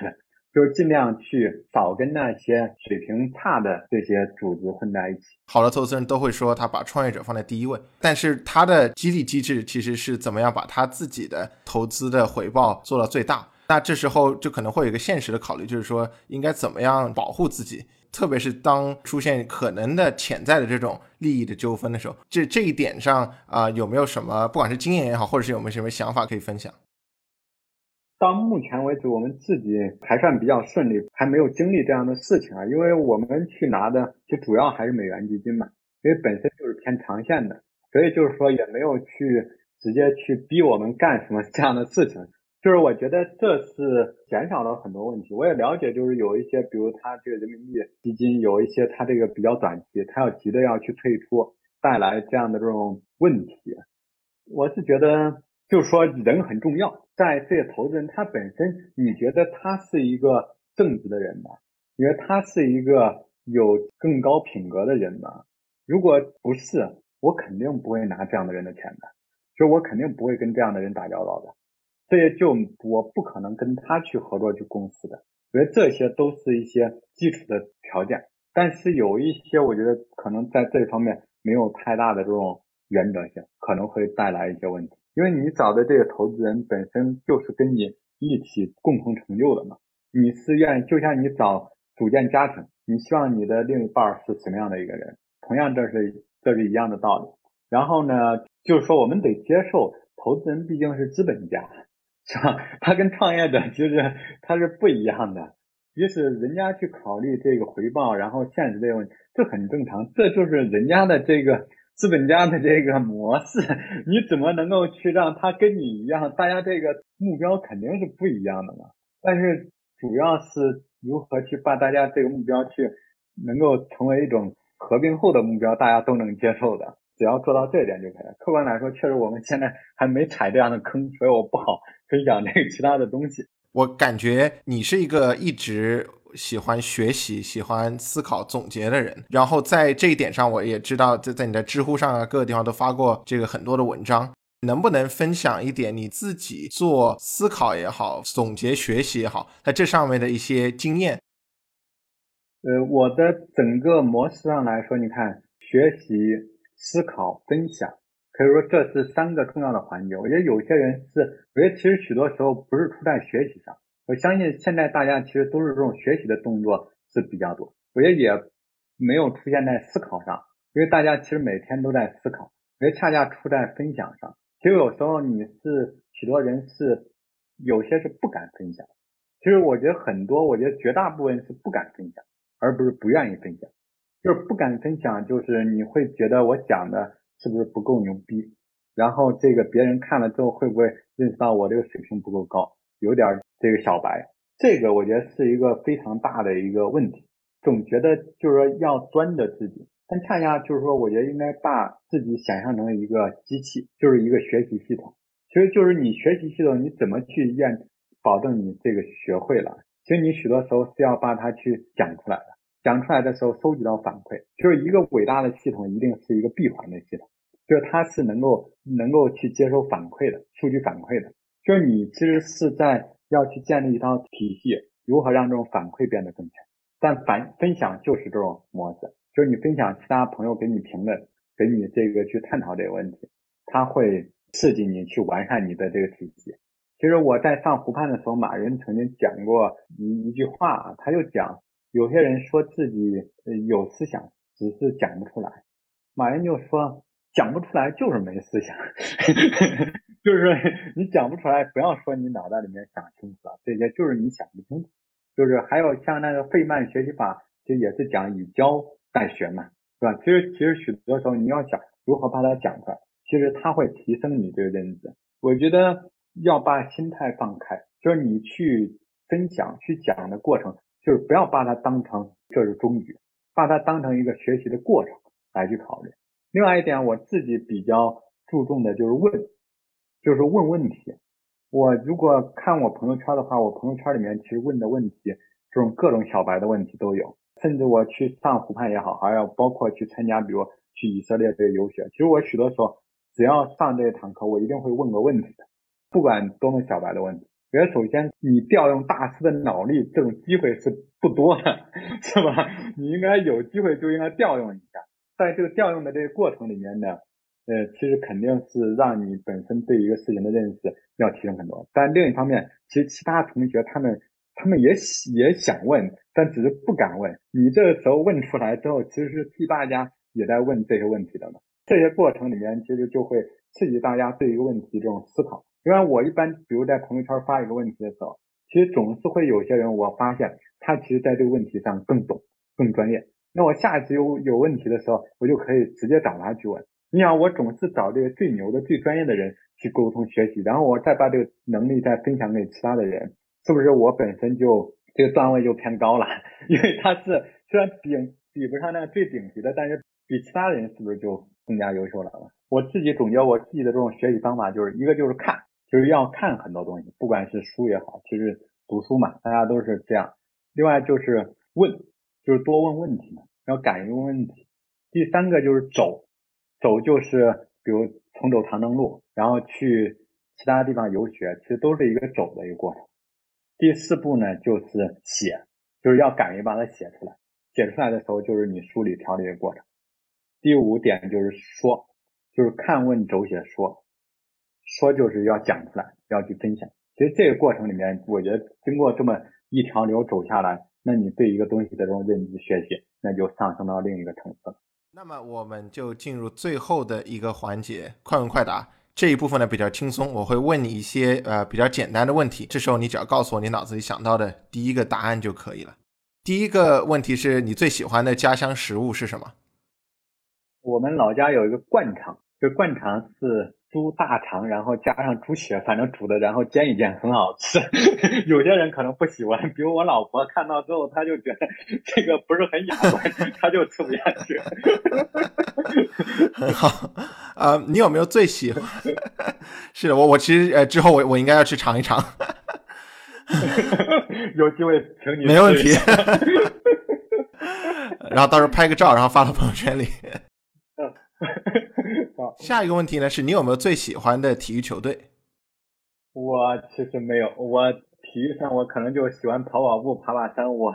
就是尽量去少跟那些水平差的这些主子混在一起。 好的投资人都会说他把创业者放在第一位，但是他的激励机制其实是怎么样把他自己的投资的回报做到最大。那这时候就可能会有一个现实的考虑，就是说应该怎么样保护自己，特别是当出现可能的潜在的这种利益的纠纷的时候，这一点上有没有什么不管是经验也好，或者是有没有什么想法可以分享？ 到目前为止我们自己还算比较顺利，还没有经历这样的事情啊，因为我们去拿的就主要还是美元基金嘛，因为本身就是偏长线的，所以就是说也没有去直接去逼我们干什么这样的事情。就是我觉得这是减少了很多问题。我也了解，就是有一些比如他这个人民币基金有一些他这个比较短期，他要急着要去退出，带来这样的这种问题。我是觉得就是说人很重要，在这些投资人他本身，你觉得他是一个正直的人吗？你觉得他是一个有更高品格的人吗？如果不是，我肯定不会拿这样的人的钱的，就是我肯定不会跟这样的人打交道的，这些就我不可能跟他去合作去共事的。我觉得这些都是一些基础的条件，但是有一些我觉得可能在这方面没有太大的这种原则性，可能会带来一些问题。因为你找的这个投资人本身就是跟你一起共同成就的嘛，你是愿意，就像你找组建家庭，你希望你的另一半是什么样的一个人，同样这是一样的道理。然后呢，就是说我们得接受投资人毕竟是资本家，是吧？他跟创业者其实他是不一样的，即使人家去考虑这个回报，然后现实这个问题，这很正常，这就是人家的这个资本家的这个模式，你怎么能够去让他跟你一样？大家这个目标肯定是不一样的嘛。但是主要是如何去把大家这个目标去能够成为一种合并后的目标，大家都能接受的。只要做到这一点就可以了。客观来说，确实我们现在还没踩这样的坑，所以我不好分享这个其他的东西。 我感觉你是一个一直喜欢学习、喜欢思考、总结的人，然后在这一点上，我也知道在你的知乎上各个地方都发过这个很多的文章。能不能分享一点你自己做思考也好、总结学习也好，在这上面的一些经验？ 我的整个模式上来说，你看，学习、思考、分享，可以说这是3个重要的环节。我觉得有些人我觉得其实许多时候不是出在学习上，我相信现在大家其实都是这种学习的动作是比较多，我觉得也没有出现在思考上，因为大家其实每天都在思考，我觉得恰恰出在分享上。其实有时候许多人有些是不敢分享，其实我觉得绝大部分是不敢分享，而不是不愿意分享。就是不敢分享，就是你会觉得我讲的是不是不够牛逼，然后这个别人看了之后会不会认识到我这个水平不够高，有点这个小白，这个我觉得是一个非常大的一个问题。总觉得就是说要钻着自己，但恰恰就是说我觉得应该把自己想象成一个机器，就是一个学习系统。其实就是你学习系统你怎么去保证你这个学会了，其实你许多时候是要把它去讲出来的，讲出来的时候收集到反馈。就是一个伟大的系统一定是一个闭环的系统，就是它是能够去接收反馈的，数据反馈的。就是你其实是要去建立一套体系，如何让这种反馈变得更强。但分享就是这种模式，就是你分享其他朋友给你评论，给你这个去探讨这个问题，它会刺激你去完善你的这个体系。其实我在上湖畔的时候，马云曾经讲过一句话，他就讲有些人说自己有思想，只是讲不出来。马云就说讲不出来就是没思想就是你讲不出来，不要说你脑袋里面想清楚了，这些就是你想不清楚。就是还有像那个费曼学习法，其实也是讲以教代学嘛，是吧？其实许多时候你要想如何把它讲出来，其实它会提升你这个认知。我觉得要把心态放开，就是你去分享去讲的过程，就是不要把它当成这是终局，把它当成一个学习的过程来去考虑。另外一点我自己比较注重的就是问问题。我如果看我朋友圈的话，我朋友圈里面其实问的问题这种各种小白的问题都有，甚至我去上湖畔也好，还有包括去参加比如去以色列这个游学，其实我许多时候只要上这一堂课，我一定会问个问题的，不管多么小白的问题， 我觉得首先你调用大师的脑力这种机会是不多的，是吧？你应该有机会就应该调用一下。在这个调用的这个过程里面呢，其实肯定是让你本身对一个事情的认识要提升很多。但另一方面，其实其他同学他们也想问，但只是不敢问。你这个时候问出来之后，其实是替大家也在问这些问题的嘛。这些过程里面，其实就会刺激大家对一个问题这种思考。因为我一般比如在朋友圈发一个问题的时候，其实总是会有些人我发现他其实在这个问题上更懂更专业，那我下一次有问题的时候，我就可以直接找他去问。你想我总是找这个最牛的最专业的人去沟通学习，然后我再把这个能力再分享给其他的人，是不是我本身就这个段位就偏高了？因为他是虽然比不上那个最顶级的，但是比其他人是不是就更加优秀了？我自己总结我自己的这种学习方法，就是一个就是看，就是要看很多东西，不管是书也好，其实读书嘛，大家都是这样。另外就是问，就是多问问题嘛，要敢于问问题。第三个就是走就是比如重走长征路，然后去其他地方游学，其实都是一个走的一个过程。第四步呢就是写，就是要敢于把它写出来，写出来的时候就是你梳理条理的过程。第五点就是说，就是看问走写说就是要讲出来，要去分享。其实这个过程里面，我觉得经过这么一条流走下来，那你对一个东西的这种认知学习，那就上升到另一个层次了。 那么我们就进入最后的一个环节，快问快答。这一部分呢比较轻松，我会问你一些比较简单的问题，这时候你只要告诉我你脑子里想到的第一个答案就可以了。第一个问题是你最喜欢的家乡食物是什么？ 我们老家有一个灌肠，这灌肠是猪大肠，然后加上猪血，反正煮的然后煎一煎，很好吃。有些人可能不喜欢，比如我老婆看到之后，她就觉得这个不是很雅观，她就吃不下去。 很好你有没有最喜欢是的，我其实之后我应该要去尝一尝。 有机会请你。 没问题。然后到时候拍个照，然后发到朋友圈里。下一个问题呢是你有没有最喜欢的体育球队？ 我其实没有，我体育上我可能就喜欢跑步爬山，我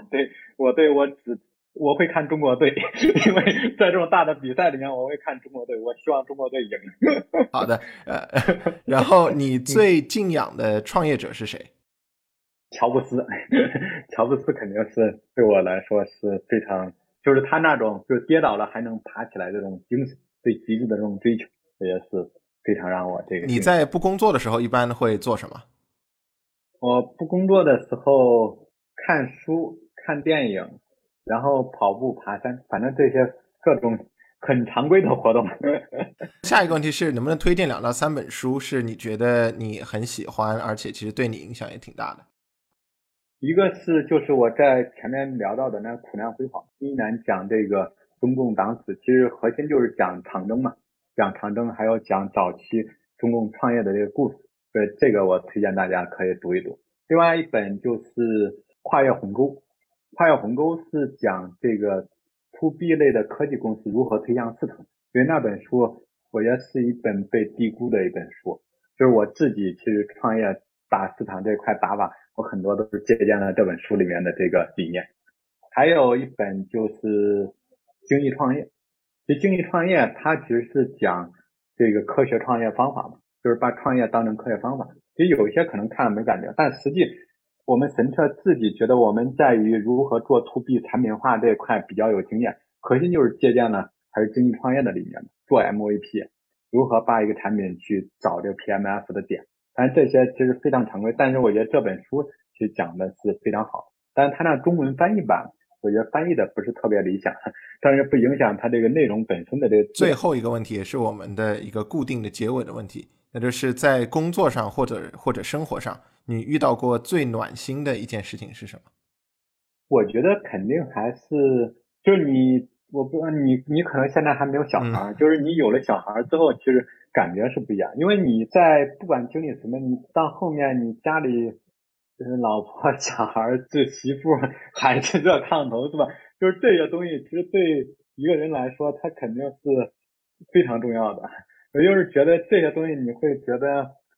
会看中国队，因为在这种大的比赛里面我会看中国队，我希望中国队赢。 好的然后你最敬仰的创业者是谁？ 乔布斯。乔布斯肯定是对我来说是非常，就是他那种就是跌倒了还能爬起来这种精神，对极致的这种追求，这也是非常让我这个。 你在不工作的时候一般会做什么？ 我不工作的时候看书看电影，然后跑步爬山，反正这些各种很常规的活动。 下一个问题是能不能推荐2到3本书是你觉得你很喜欢而且其实对你影响也挺大的？ 一个是就是我在前面聊到的那苦难辉煌，第一难讲这个中共党史，其实核心就是讲长征嘛，讲长征还有讲早期中共创业的这个故事，所以这个我推荐大家可以读一读。另外一本就是跨越鸿沟，跨越鸿沟是讲这个 to B 类的科技公司如何推向市场，因为那本书我觉得是一本被低估的一本书，就是我自己其实创业打市场这块打法，我很多都是借鉴了这本书里面的这个理念。还有一本就是精益创业，其实精益创业它其实是讲这个科学创业方法嘛，就是把创业当成科学方法。其实有一些可能看了没感觉，但实际我们神策自己觉得我们在于如何做 to B 产品化这一块比较有经验，核心就是借鉴了还是精益创业的理念，做 MVP， 如何把一个产品去找这个 PMF 的点。但是这些其实非常常规，但是我觉得这本书其实讲的是非常好，但是它那中文翻译版我觉得翻译的不是特别理想，但是不影响它这个内容本身的这个。 最后一个问题也是我们的一个固定的结尾的问题，那就是在工作上或者生活上你遇到过最暖心的一件事情是什么？ 我觉得肯定还是就是我不知道你可能现在还没有小孩，就是你有了小孩之后其实感觉是不一样，因为你在不管经历什么，你到后面你家里就是老婆小孩这媳妇孩子热炕头是吧，就是这些东西其实对一个人来说它肯定是非常重要的。我就是觉得这些东西你会觉得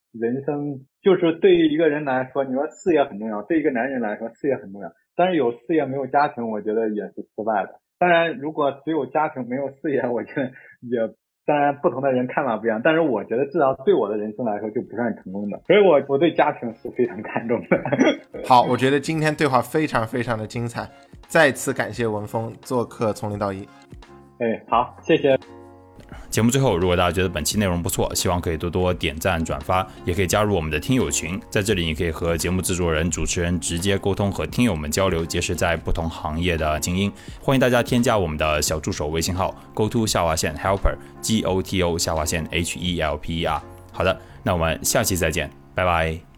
人生就是对于一个人来说，你说事业很重要，对于一个男人来说事业很重要，但是有事业没有家庭，我觉得也是失败的。当然如果只有家庭没有事业，我觉得也当然不同的人看法不一样，但是我觉得至少对我的人生来说就不算成功的，所以我对家庭是非常看重的。 好，我觉得今天对话非常非常的精彩，再次感谢文峰做客从零到一。 好，谢谢。 节目最后，如果大家觉得本期内容不错，希望可以多多点赞转发，也可以加入我们的听友群，在这里你可以和节目制作人、主持人直接沟通，和听友们交流，结识在不同行业的精英。欢迎大家添加我们的小助手微信号 goto_helper GOTO_HELPER。好的，那我们下期再见，拜拜。